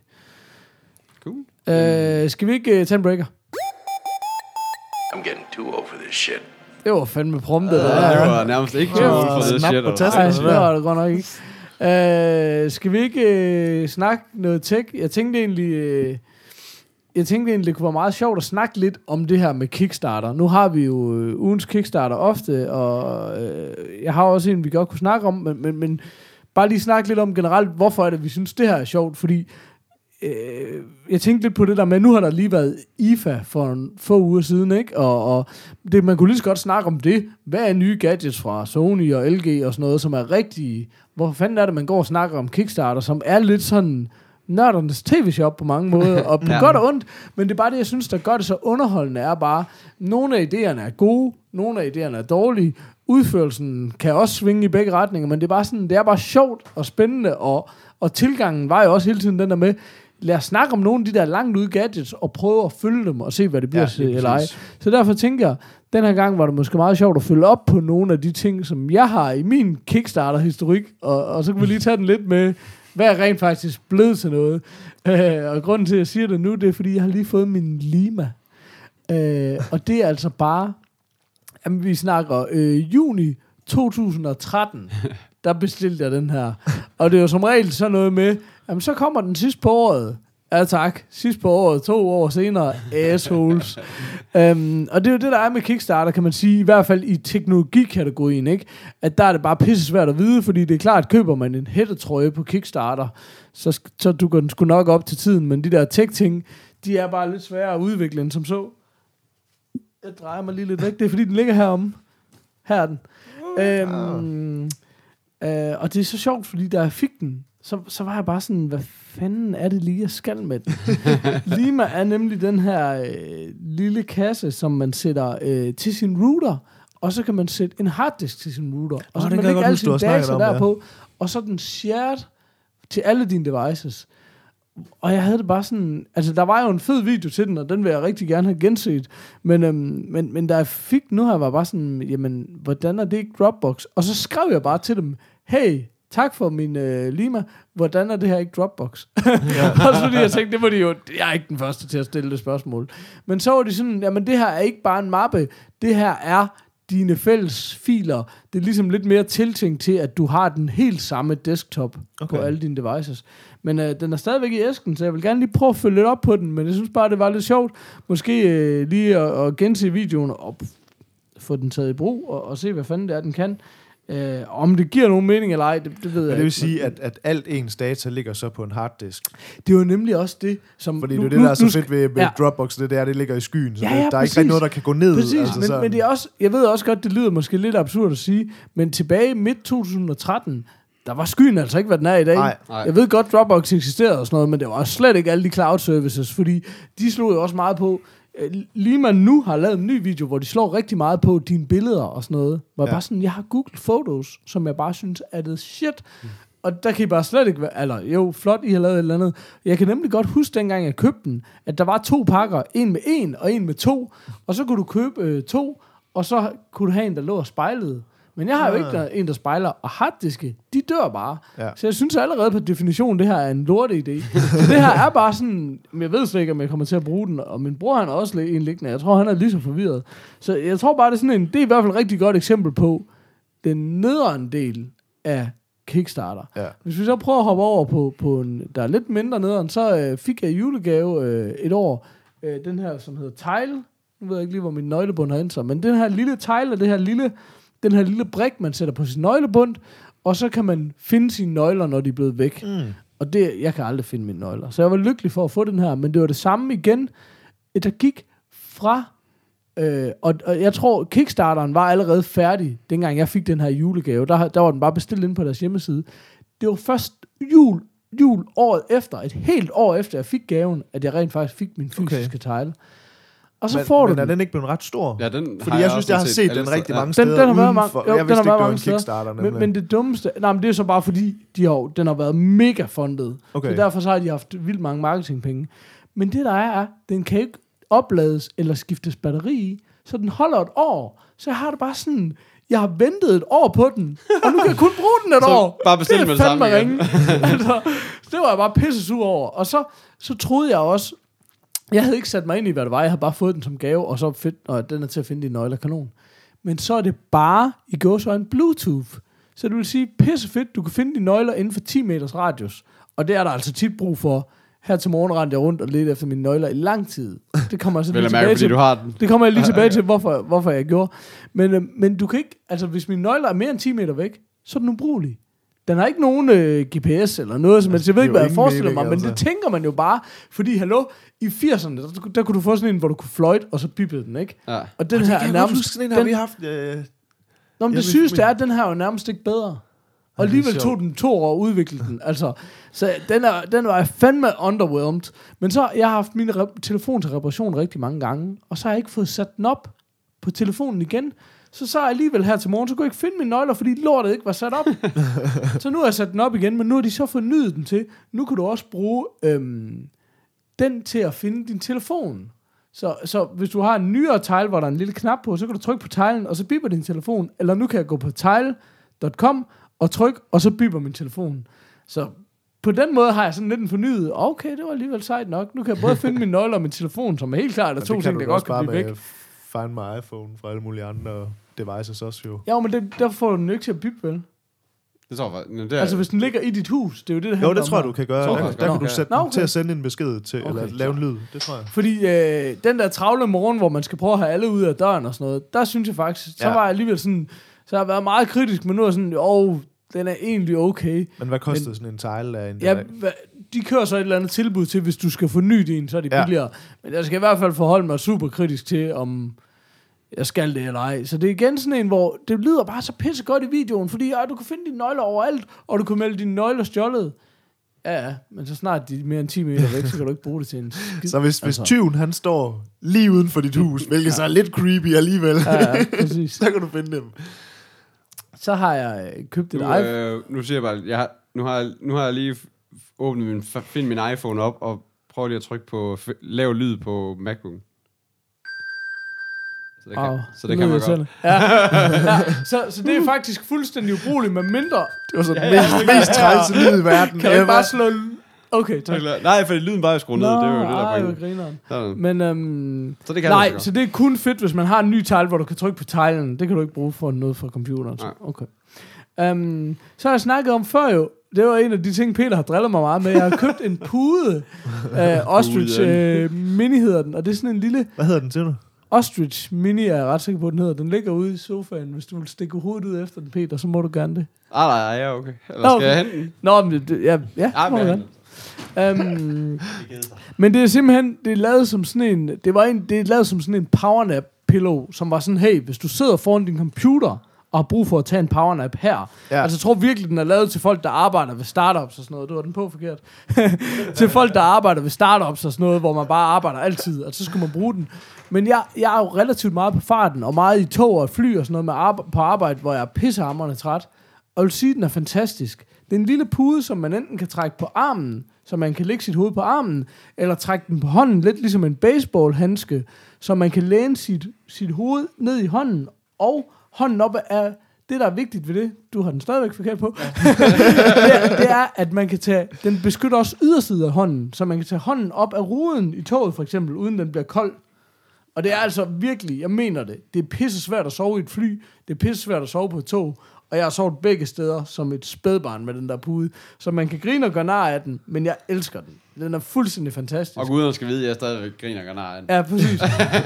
Cool. Skal vi ikke tage en breaker? I'm getting too old for this shit. Det var fandme promptet. Det var nærmest ikke too old for this shit. Nej, det var det godt nok ikke. Skal vi ikke snakke noget tech? Jeg tænkte egentlig, det kunne være meget sjovt at snakke lidt om det her med Kickstarter. Nu har vi jo ugens Kickstarter ofte, og jeg har også en, vi godt kunne snakke om, men bare lige snakke lidt om generelt, hvorfor er det, vi synes, det her er sjovt, fordi jeg tænkte lidt på det der med, nu har der lige været IFA for få uger siden, ikke? Og det, man kunne lige så godt snakke om det. Hvad er nye gadgets fra Sony og LG og sådan noget, som er rigtige? Hvorfor fanden er det, man går og snakker om Kickstarter, som er lidt sådan nørdernes tv-shop på mange måder, og på godt og ondt, men det er bare det, jeg synes, der gør det så underholdende, er bare, nogle af idéerne er gode, nogle af idéerne er dårlige, udførelsen kan også svinge i begge retninger, men det er bare sådan, det er bare sjovt og spændende, og tilgangen var jo også hele tiden den der med, lad os snakke om nogle af de der langt ude gadgets, og prøve at følge dem, og se, hvad det bliver til, eller ej. Så derfor tænker jeg, den her gang var det måske meget sjovt at følge op på nogle af de ting, som jeg har i min Kickstarter-historik, og så kan vi lige tage den lidt med, hvad er rent faktisk blevet til noget. Og grunden til, at jeg siger det nu, det er, fordi jeg har lige fået min Lima. Og det er altså bare, jamen, vi snakker juni 2013, der bestilte jeg den her. Og det er jo som regel sådan noget med, jamen så kommer den sidst på året, Ja tak. Sidst på året, 2 år senere, assholes. Og det er jo det, der er med Kickstarter, kan man sige, i hvert fald i teknologikategorien, ikke? At der er det bare pisse svært at vide, fordi det er klart, at køber man en hættetrøje på Kickstarter, så du går den sgu nok op til tiden, men de der tech-ting, de er bare lidt svære at udvikle end som så. Jeg drejer mig lige lidt væk, det er fordi, den ligger heromme. Her er den. Og det er så sjovt, fordi da jeg fik den, så var jeg bare sådan, hvad fanden er det lige, jeg skal med den? Lima er nemlig den her lille kasse, som man sætter til sin router, og så kan man sætte en harddisk til sin router, og så kan man lægge alle sine data derpå, og så er den shared til alle dine devices. Og jeg havde det bare sådan, altså der var jo en fed video til den, og den vil jeg rigtig gerne have genset, men da jeg fik den nu her, var bare sådan, jamen, hvordan er det ikke Dropbox? Og så skrev jeg bare til dem, hey, tak for min Lima, hvordan er det her ikke Dropbox? Også fordi jeg tænkte, det var de jo, jeg er ikke den første til at stille det spørgsmål. Men så var de sådan, jamen det her er ikke bare en mappe, det her er dine fælles filer. Det er ligesom lidt mere tiltænkt til, at du har den helt samme desktop på alle dine devices. Men den er stadigvæk i æsken, så jeg vil gerne lige prøve at følge lidt op på den, men jeg synes bare, det var lidt sjovt. Måske lige at gense videoen og få den taget i brug, og se, hvad fanden det er, den kan. Om det giver nogen mening eller ej, det ved jeg ikke. Det vil sige, at alt ens data ligger så på en harddisk. Det er jo nemlig også det, som... Fordi det er det, der er så fedt ved Dropbox, det ligger i skyen, så der er ikke rigtig noget, der kan gå ned. Præcis, altså, men det er også... Jeg ved også godt, det lyder måske lidt absurd at sige, men tilbage midt 2013, der var skyen altså ikke, hvad den er i dag. Nej. Jeg ved godt, Dropbox eksisterede og sådan noget, men det var slet ikke alle de cloud services, fordi de slog jo også meget på... Lima nu har lavet en ny video, hvor de slår rigtig meget på dine billeder og sådan noget. Hvor bare sådan, jeg har Google Photos, som jeg bare synes er det shit. Og der kan I bare slet ikke være... Eller jo, flot, I har lavet et eller andet. Jeg kan nemlig godt huske, dengang jeg købte den, at der var 2 pakker. En med 1 og en med 2. Og så kunne du købe 2, og så kunne du have en, der lå og spejlede. Men jeg har jo ikke en, der spejler, og harddiske, de dør bare. Ja. Så jeg synes allerede på definitionen, det her er en lorteidé. Så det her er bare sådan, jeg ved slet ikke, om jeg kommer til at bruge den, og min bror han er også en liggende. Jeg tror, han er lige så forvirret. Så jeg tror bare, det er sådan en, det er i hvert fald et rigtig godt eksempel på den nederen del af Kickstarter. Ja. Hvis vi så prøver at hoppe over på en, der er lidt mindre nederen, så fik jeg julegave et år, den her, som hedder Tile. Nu ved jeg ikke lige, hvor min nøglebund har endt sig, men den her lille Tile, og den her lille brik, man sætter på sin nøglebund, og så kan man finde sine nøgler, når de er blevet væk. Og det, jeg kan aldrig finde mine nøgler. Så jeg var lykkelig for at få den her, men det var det samme igen. Der gik fra... og jeg tror, Kickstarteren var allerede færdig, dengang jeg fik den her julegave. Der var den bare bestilt inde på deres hjemmeside. Det var først jul året efter, et helt år efter, jeg fik gaven, at jeg rent faktisk fik min fysiske tile. Og så får du den. Men er den ikke blevet ret stor? Ja, den fordi jeg synes, jeg har set den rigtig mange steder. Den har været mange steder. Jeg vidste ikke, det var en Kickstarter. Men det dummeste... Nej, men det er så bare fordi, den har været mega fundet. Okay. Så derfor så har de haft vildt mange marketingpenge. Men det der er, den kan ikke oplades eller skiftes batteri i, så den holder et år. Så jeg har det bare sådan... Jeg har ventet et år på den, og nu kan jeg kun bruge den et år. Bare bestil med det samme igen. Altså, det var jeg bare pisse sur over. Og så troede jeg også... Jeg havde ikke sat mig ind i, hvad det var. Jeg havde bare fået den som gave, og så fedt, og den er til at finde dine nøgler, kanon. Men så er det bare, i gåseøjne, Bluetooth. Så det vil sige, pisse fedt, du kan finde dine nøgler inden for 10 meters radius. Og det er der altså tit brug for. Her til morgen rendte jeg rundt og ledte efter mine nøgler i lang tid. Det kommer jeg så lige tilbage til. Du har den. Det kommer jeg lige tilbage til, hvorfor jeg gjorde. Men du kan ikke, altså hvis mine nøgler er mere end 10 meter væk, så er den ubrugelig. Den har ikke nogen GPS eller noget, som jeg ved ikke, hvad jeg forestiller mig, men det tænker man jo bare, fordi i 80'erne, der kunne du få sådan en, hvor du kunne fløjte, og så bippede den, ikke? Ja. Og den her er nærmest... Sådan en har vi haft... det sygeste er, at den her er jo nærmest ikke bedre. Og alligevel tog den 2 år at udvikle den. Altså, så den var fandme underwhelmed. Men så, jeg har haft min telefon til reparation rigtig mange gange, og så har jeg ikke fået sat den op på telefonen igen. Så alligevel her til morgen, så kunne jeg ikke finde mine nøgler, fordi lortet ikke var sat op. Så nu har jeg sat den op igen, men nu har de så fornyet den til. Nu kan du også bruge den til at finde din telefon. Så hvis du har en nyere tile, hvor der er en lille knap på, så kan du trykke på tilen, og så bipper din telefon. Eller nu kan jeg gå på tile.com og trykke, og så bipper min telefon. Så på den måde har jeg sådan lidt en fornyet. Okay, det var alligevel sejt nok. Nu kan jeg både finde mine nøgler og min telefon, som er helt klart er 2 ting, der godt kan blive væk. Find My iPhone fra alle mulige andre devices også jo. Ja, men der får du den ikke til at bippe, vel? Det tror jeg. Altså, hvis den ligger i dit hus, det er jo det, der Jo, handler det tror jeg, du kan gøre. Der kan du sætte den okay. til at sende en besked til, eller lave en lyd. Det tror jeg. Fordi den der travle morgen, hvor man skal prøve at have alle ud af døren og sådan noget, der synes jeg faktisk, så var jeg alligevel sådan, så har jeg været meget kritisk, men nu er sådan, den er egentlig okay. Men hvad koster sådan en tile af en Ja, de kører så et eller andet tilbud til, hvis du skal få ny din, så er de billigere. Men jeg skal i hvert fald forholde mig super kritisk til, om jeg skal det eller ej. Så det er igen sådan en, hvor det lyder bare så pissegodt i videoen, fordi du kan finde dine nøgler overalt, og du kan melde dine nøgler stjålet. Ja, men så snart de er mere end 10 meter væk, så kan du ikke bruge det til en skid. Så hvis tyven, han står lige uden for dit hus, hvilket så er lidt creepy alligevel, præcis. så kan du finde dem. Så har jeg købt et iPhone. Nu siger jeg bare, nu har jeg lige åbnet find min iPhone op, og prøver lige at trykke på lav lyd på MacBook. Så det kan man godt. Så det er faktisk fuldstændig ubrugeligt, med mindre... Det var så den mest trælse lyd i verden. Kan jeg bare slå... Okay, tak. Nej, for lyden bare er skruet ned. Det er jo det, der pointen. Men, så det kan nej, så det er kun fedt, hvis man har en ny tile, hvor du kan trykke på tilen. Det kan du ikke bruge for noget fra computeren. Så. Okay. Så har jeg snakket om før jo, det var en af de ting, Peter har drillet mig meget med. Jeg har købt en pude. Ostrich Mini hedder den, og det er sådan en lille... Hvad hedder den til du? Ostrich Mini er jeg ret sikker på, den hedder. Den ligger ude i sofaen. Hvis du vil stikke hovedet ud efter den, Peter, så må du gerne det. Nej, ja, okay. Eller skal jeg hente den? Nå, men må du gerne. Men det er simpelthen, det er lavet som sådan en, det er lavet som sådan en powernap pillow, som var sådan, hey, hvis du sidder foran din computer og har brug for at tage en powernap her. Ja. Altså jeg tror virkelig, den er lavet til folk, der arbejder ved startups og sådan noget. Du var den på forkert. Til folk, der arbejder ved startups og sådan noget, hvor man bare arbejder altid, og så skal man bruge den. Men jeg er jo relativt meget på farten, og meget i tog og fly og sådan noget på arbejde, hvor jeg er pissehamrende træt. Og jeg vil sige, at den er fantastisk. Det er en lille pude, som man enten kan trække på armen, så man kan lægge sit hoved på armen, eller trække den på hånden, lidt ligesom en baseballhandske, så man kan læne sit hoved ned i hånden, og hånden op af det, der er vigtigt ved det, du har den stadigvæk forkert på, det er, at man kan tage, den beskytter også ydersiden af hånden, så man kan tage hånden op af ruden i toget, for eksempel, uden den bliver kold. Og det er altså virkelig, jeg mener det, det er pisse svært at sove i et fly, det er pisse svært at sove på et tog, og jeg har sovet begge steder som et spædbarn med den der pude. Så man kan grine og gøre nar af den, men jeg elsker den. Den er fuldstændig fantastisk. Og guderne skal vide, at jeg stadigvæk griner og gør nar af den. Ja, præcis.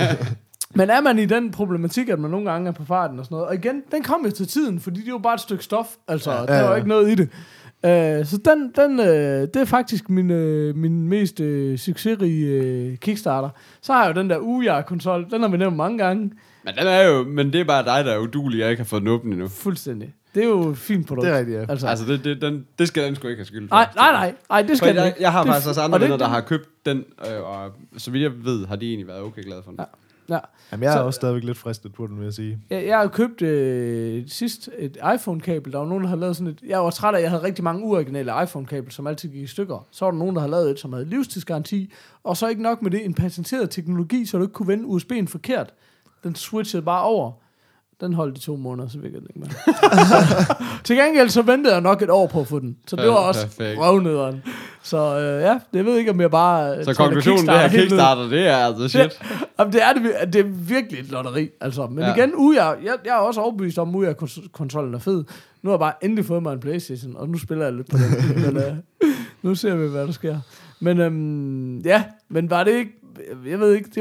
Men er man i den problematik, at man nogle gange er på farten og sådan noget, og igen, den kom jo til tiden, fordi det er jo bare et stykke stof. Altså, der var ikke noget i det. Så det er faktisk min mest succesrige Kickstarter. Så har jeg jo den der Ouya-konsol, den har vi nævnt mange gange. Men det er bare dig, der er udulig, jeg ikke har fået den åbnet endnu. Fuldstændig. Det er jo et fint produkt. Det er rigtigt, ja. Altså det skal den sgu ikke have skyld for. Nej, det skal den ikke. Jeg har faktisk også andre venner, der har købt den, og så vidt jeg ved, har de egentlig været okay glade for den. Ja. Jamen, jeg er også stadigvæk lidt fristet på den, vil jeg sige. Jeg har købt sidst et iPhone-kabel. Der var nogen, der havde lavet sådan et... Jeg var træt af, at jeg havde rigtig mange uoriginale iPhone-kabel, som altid gik i stykker. Så var der nogen, der havde lavet et, som havde livstidsgaranti. Og så ikke nok med det, en patenteret teknologi, så du ikke kunne vende USB'en forkert. Den switchede bare over. Den holdt i 2 måneder, så virkede den ikke mere. Til gengæld så ventede jeg nok et år på at få den. Så det var også røvnederen. Så det ved ikke, om jeg bare... Så konklusionen, det her Kickstarter, det er altså shit. Det er virkelig et lotteri. Altså. Men igen, jeg er også overbevist om, at konsollen er fed. Nu har jeg bare endelig fået mig en PlayStation, og nu spiller jeg lidt på den. Men, nu ser vi, hvad der sker. Men men var det ikke... Jeg ved ikke, det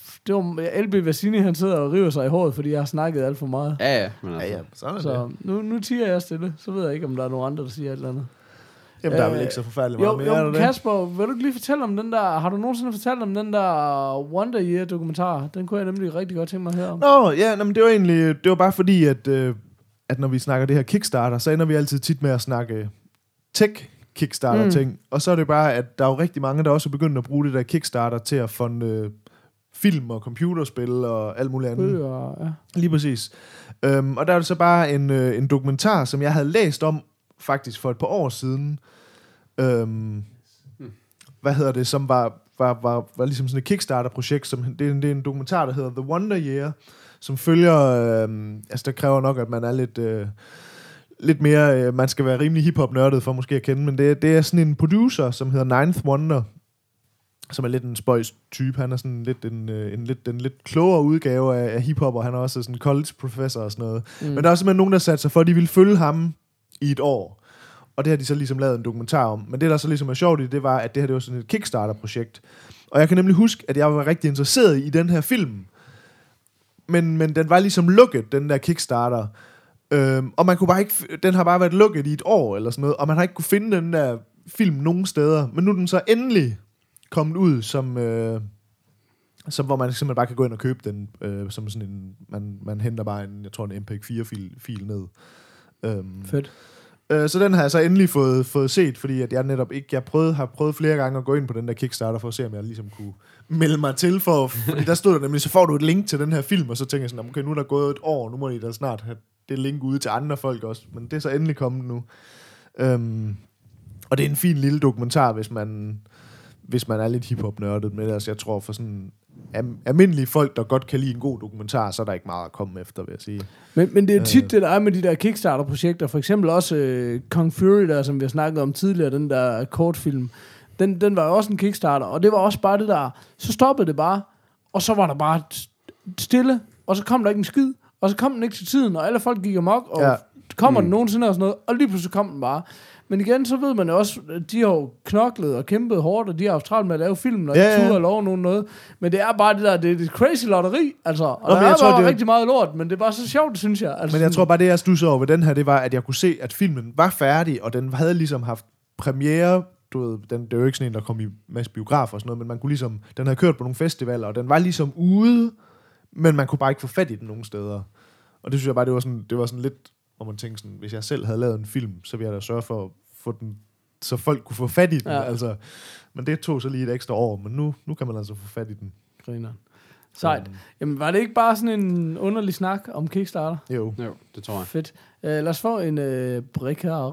var LB Vassini, han sidder og river sig i håret, fordi jeg har snakket alt for meget. Ja. Men altså. Så nu tiger jeg stille, så ved jeg ikke, om der er nogen andre, der siger et eller andet. Jamen, der er vel ikke så forfærdeligt meget mere, er der det? Kasper, vil du ikke lige fortælle om den der... Har du nogensinde fortalt om den der Wonder Year-dokumentar? Den kunne jeg nemlig rigtig godt tænke mig at høre om. Men det var egentlig... Det var bare fordi, at når vi snakker det her Kickstarter, så ender vi altid tit med at snakke Kickstarter-ting. Og så er det bare, at der er jo rigtig mange, der også er begyndt at bruge det der Kickstarter til at funde film og computerspil og alt muligt andet. Lige præcis. Og der er det så bare en dokumentar, som jeg havde læst om faktisk for et par år siden. Som var ligesom sådan et Kickstarter-projekt. Det er en dokumentar, der hedder The Wonder Year, som følger... der kræver nok, at man er lidt mere, man skal være rimelig hip-hop-nørdet for måske at kende, men det er sådan en producer, som hedder Ninth Wonder, som er lidt en spøjs type. Han er sådan lidt en lidt klogere udgave af hip-hop, og han er også sådan en college professor og sådan noget. Men der er også simpelthen nogen, der satte sig for, at de ville følge ham i et år. Og det har de så ligesom lavet en dokumentar om. Men det, der så ligesom er sjovt i det, var, at det her det var sådan et Kickstarter-projekt. Og jeg kan nemlig huske, at jeg var rigtig interesseret i den her film. Men den var ligesom lukket, den der Kickstarter. Og man kunne bare ikke, den har bare været lukket i et år, eller sådan noget. Og man har ikke kunne finde den der film nogen steder. Men nu er den så endelig kommet ud, som hvor man simpelthen bare kan gå ind og købe den, som sådan en, man henter bare en, jeg tror en MP4-fil ned. Fedt. Så den har jeg så endelig fået set, fordi at jeg netop ikke, har prøvet flere gange at gå ind på den der Kickstarter, for at se, om jeg ligesom kunne melde mig til, fordi der stod der nemlig, så får du et link til den her film, og så tænker jeg sådan, okay, nu er der gået et år, nu må I da snart have det link ude til andre folk også, men det er så endelig kommet nu. Og det er en fin lille dokumentar, hvis man er lidt hiphop-nørdet med det. Altså jeg tror for sådan almindelige folk, der godt kan lide en god dokumentar, så er der ikke meget at komme efter, vil jeg sige. Men det er tit det, der er med de der Kickstarter-projekter. For eksempel også Kung Fury, der, som vi har snakket om tidligere, den der kortfilm. Den var jo også en Kickstarter, og det var også bare det der. Så stoppede det bare, og så var der bare stille, og så kom der ikke en skid, og så kom den ikke til tiden, og alle folk gik amok, og kommer den nogensinde og sådan noget, og lige pludselig kom den bare. Men igen, så ved man jo også, at de har jo knoklet og kæmpet hårdt, og de har haft travlt med at lave film, og ikke turde at love nogen noget. Men det er bare det der, det er et crazy lotteri, altså. Og der er bare rigtig meget lort, men det er bare så sjovt, synes jeg. Altså, men jeg tror bare, det jeg studsede over ved den her, det var, at jeg kunne se, at filmen var færdig, og den havde ligesom haft premiere. Du ved, det er jo ikke sådan en, der kom i masse biografer og sådan noget, men man kunne ligesom, den havde kørt på nogle festivaler, og den var ligesom ude, men man kunne bare ikke få fat i den nogen steder. Og det synes jeg bare, det var sådan lidt, hvor man tænkte sådan, hvis jeg selv havde lavet en film, så ville jeg da sørge for at få den, så folk kunne få fat i den. Ja. Altså, men det tog så lige et ekstra år, men nu kan man altså få fat i den. Griner. Sejt. Jamen, var det ikke bare sådan en underlig snak om Kickstarter? Jo, det tror jeg. Fedt. Lad os få en brikar.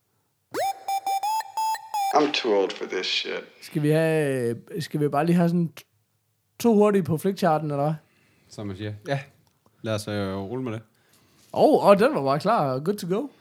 I'm too old for this shit. Skal vi bare lige have sådan 2 hurtige på flickcharten, eller hvad? Som man siger. Ja. Lad os rulle med det. Den var bare klar. Good to go.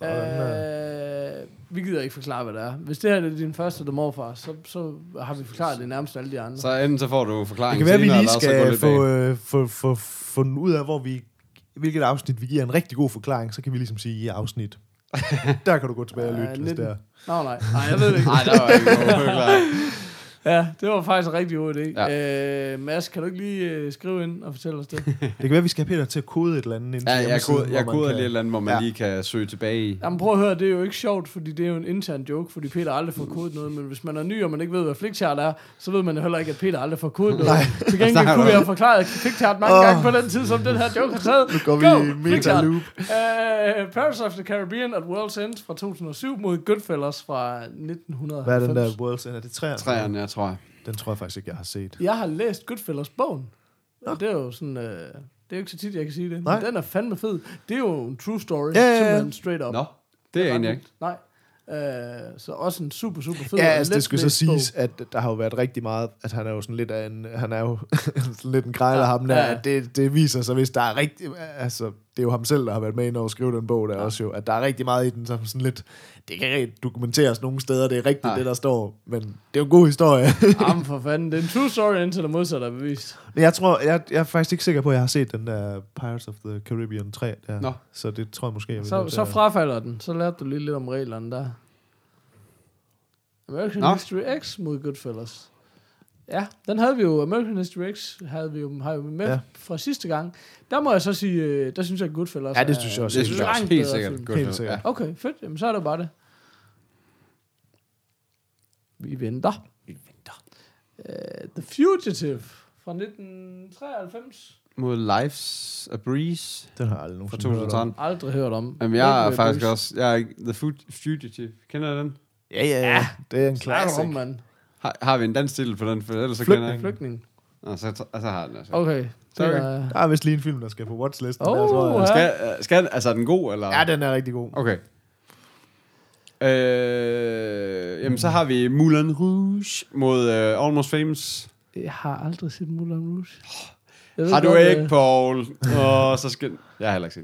Vi gider ikke forklare, hvad det er. Hvis det her er din første The Morfar, så har vi forklaret det nærmest alle de andre. Så enten så får du forklaringen senere, eller så kan være, vi lige skal få fundet ud af, hvilket afsnit vi giver en rigtig god forklaring, så kan vi ligesom sige i afsnit. Der kan du gå tilbage og lytte, hvis det er. Nej, jeg ved det ikke. Nej, der var ikke nogen forklaring. Ja, det var faktisk en rigtig god idé. Ja. Mads, kan du ikke lige skrive ind og fortælle os det? Det kan være, at vi skal have Peter til at kode et eller andet. Ja, jeg koder lige et eller andet, hvor man lige kan søge tilbage i. Jamen prøv at høre, det er jo ikke sjovt, fordi det er jo en intern joke, fordi Peter aldrig får kodet noget, men hvis man er ny, og man ikke ved, hvad flickchart er, så ved man jo heller ikke, at Peter aldrig får kodet noget. Til gengæld kunne vi have forklaret flickchart mange gange på den tid, som den her joke har taget. Nu går vi i meta-loop. Pirates of the Caribbean at World's End fra 2007 mod Goodfellas fra 1990. Hvad er den der World's End? Er det 3'eren? 3'eren, jeg tror. Den tror jeg faktisk ikke, jeg har set. Jeg har læst Goodfellas-bogen. Og det er jo sådan... det er jo ikke så tit, jeg kan sige det. Men den er fandme fed. Det er jo en true story. Simpelthen straight up. Nå, det er egentlig ikke. Nej. Så også en super, super fed. Ja, altså det skulle så siges, at der har jo været rigtig meget, at han er jo sådan lidt af en, han er jo sådan lidt en krejler ham der, at det viser sig, hvis der er rigtig, altså det er jo ham selv, der har været med ind og skrive den bog der også jo, at der er rigtig meget i den, som sådan lidt, det kan ikke dokumenteres nogle steder, det er rigtigt det, der står, men det er jo en god historie. Jamen for fanden, det er en true story, indtil det modsatte er bevist. Men jeg tror, jeg er faktisk ikke sikker på, at jeg har set den der Pirates of the Caribbean 3 der. Nå. Så det tror jeg måske, jeg vil. Så frafalder den, så lærte du lige lidt om reglerne der. American History X mod Goodfellas. Ja, den havde vi jo, American History X har vi jo med fra sidste gang. Der må jeg så sige, der synes jeg, at Goodfellas det synes jeg også. Det synes jeg også helt sikkert. Helt sikkert. Ja. Okay, fedt. Jamen, så er det bare det. Vi venter. The Fugitive fra 1993. Mod Life's a Breeze. Den har jeg aldrig fra 2013. Aldrig hørt om. Jamen, jeg er faktisk også... The Fugitive. Kender du den? Ja. Det er en classic. Har vi en dansk titel på den? For ellers så kender jeg ikke. Flygtning. Nå, så har den altså. Okay. Der er vist lige en film, der skal på watchlisten. Skal altså, er den god, eller? Ja, den er rigtig god. Okay. Jamen, så har vi Moulin Rouge mod Almost Famous. Jeg har aldrig set Moulin Rouge. Har du ikke, Paul? Så skal... Jeg har heller ikke set.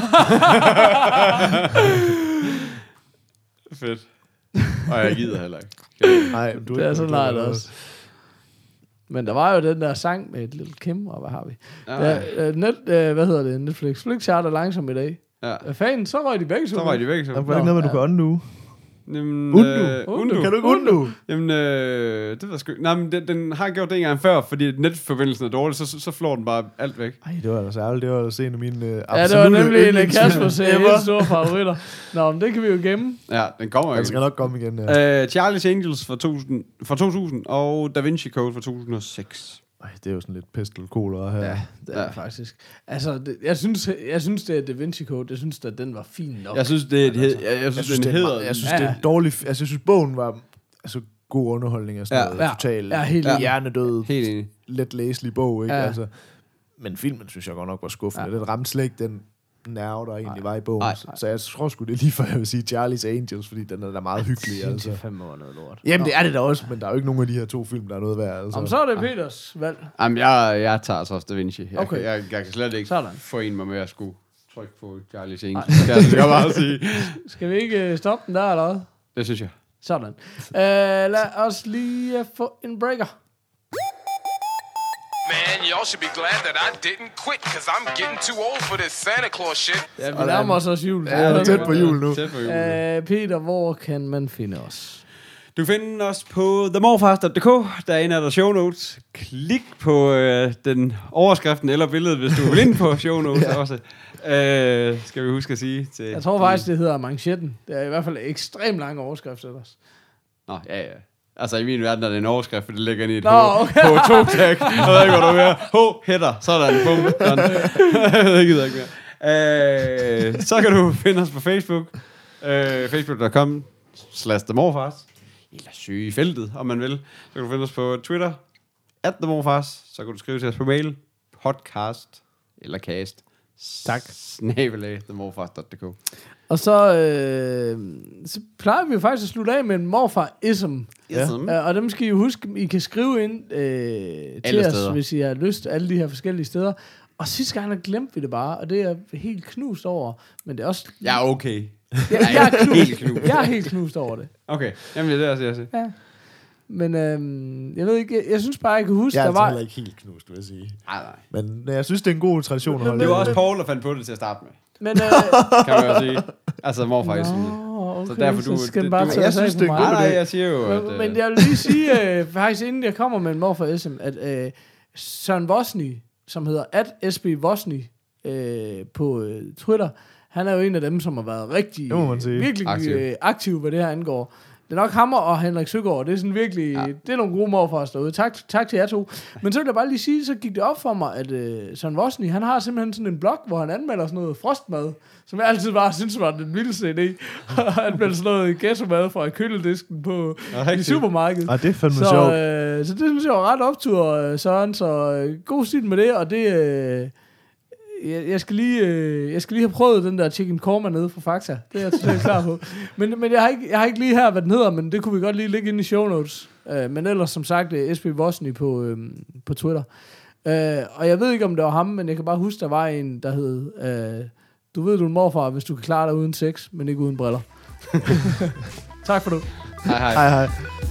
Fedt. Og jeg gider heller ikke. Nej, du det er så lejet også. Men der var jo den der sang med et lille Kim, og hvad har vi? Hvad hedder det? Netflix. Flickchart er langsom i dag. Ja. Hvad fanden? Så røg de begge to. Så. Var det ikke noget, du kan undo? Jamen, Undo. Kan du ikke undo? Jamen, det var sgu... Nej, men den har gjort det en gang før, fordi netforbindelsen er dårlig, så flår den bare alt væk. Ej, det var altså ærligt. Det var altså en af mine det var nemlig en af Kaspers helt store favoritter. Nå, men det kan vi jo gemme. Ja, den kommer Den skal nok komme igen, ja. Charlie's Angels fra 2000 og Da Vinci Code fra 2006. Ej, det er jo sådan lidt pestelkoler her. Ja, det er faktisk. Altså, jeg synes, det er Da Vinci Code. Jeg synes, at den var fin nok. Jeg synes, det er dårligt. Altså, jeg synes, bogen var god underholdning og sådan noget. Total hjernedød. Helt enig. Let læselig bog, ikke? Ja. Altså, men filmen synes jeg godt nok var skuffende. Ja. Den ramte slet ikke den nerve, der egentlig var i bogen. Nej. Så jeg tror sgu, det er lige før jeg vil sige Charlie's Angels, fordi den er da meget hyggelig. Altså. Det er fandme noget lort. Jamen, det er det da også, men der er jo ikke nogen af de her to film, der er noget værd. Altså. Jamen, så er det Peters valg. Jamen, jeg tager altså også Da Vinci. Okay. Jeg kan slet ikke Sådan. forene mig med at skulle trykke på Charlie's Angels. Det skal jeg bare sige. Skal vi ikke stoppe den der, eller hvad? Det synes jeg. Sådan. Lad os lige få en breaker. Man, y'all should be glad that I didn't quit, because I'm getting too old for this Santa Claus shit. Ja, vi nærmer os også jul. Ja, det er tæt på jul nu. Peter, hvor kan man finde os? Du finder os på themorfars.dk. Der er en af der show notes. Klik på den overskriften eller billedet, hvis du vil ind på show notes også. Skal vi huske at sige til... Jeg tror faktisk, det hedder manchetten. Det er i hvert fald ekstremt lang overskrift ellers. Nå, ja. Altså i min verden er det en overskrift, for det ligger ind i et H2-tag. Jeg ved ikke, hvad du vil. H-header. Sådan, bum. Det gider ikke mere. Så kan du finde os på Facebook. Facebook.com/themorfars. Eller søge i feltet, om man vil. Så kan du finde os på Twitter. @themorfars. Så kan du skrive til os på mail. Podcast. Eller cast. Tak. @themorfars.dk. Og så plejer vi jo faktisk at slutte af med en morfar-ism. Og dem skal I huske, I kan skrive ind til os, steder. hvis I har lyst, alle de her forskellige steder. Og sidste gang glemte vi det bare, og det er helt knust over. Men det er også... Ja, okay. Jeg er helt knust over det. Okay, jamen det er det, jeg siger. Ja. Men jeg ved ikke, jeg synes bare, jeg kan huske, jeg der var... Jeg er ikke helt knust, vil jeg sige. Nej. Men jeg synes, det er en god tradition at holde. Det var også Paul, der fandt på det til at starte med. Men, kan man jo sige. Altså morfar i sådan. Okay, så derfor så skal den bare tage jeg synes, det er en god Nej, jeg siger jo, at... Men jeg vil lige sige, faktisk inden jeg kommer med en morfar-ism, at Søren Vosny, som hedder @sbvosny på Twitter, han er jo en af dem, som har været virkelig aktiv, hvad det her angår. Det er nok Hammer og Henrik Søgaard. Det er sådan virkelig... Ja. Det er nogle gode morfars derude. Tak til jer to. Men så vil jeg bare lige sige, så gik det op for mig, at Søren Vosny, han har simpelthen sådan en blog, hvor han anmelder sådan noget frostmad, som jeg altid bare synes var den vildeste idé. Han anmelder sådan noget ghetto-mad fra køledisken på i supermarkedet. Det er fandme sjovt. Så det synes jeg var ret optur, Søren. Så god stil med det, og det... Jeg skal lige have prøvet den der chicken korma nede fra Fakta. Det er jeg totalt klar på. Men jeg har ikke lige her, hvad den hedder, men det kunne vi godt lige lægge ind i show notes. Men ellers, som sagt, SB Vosny på Twitter. Og jeg ved ikke, om det var ham, men jeg kan bare huske, der var en, der hed... du ved, du er en morfar, hvis du kan klare dig uden sex, men ikke uden briller. Tak for det. Hej.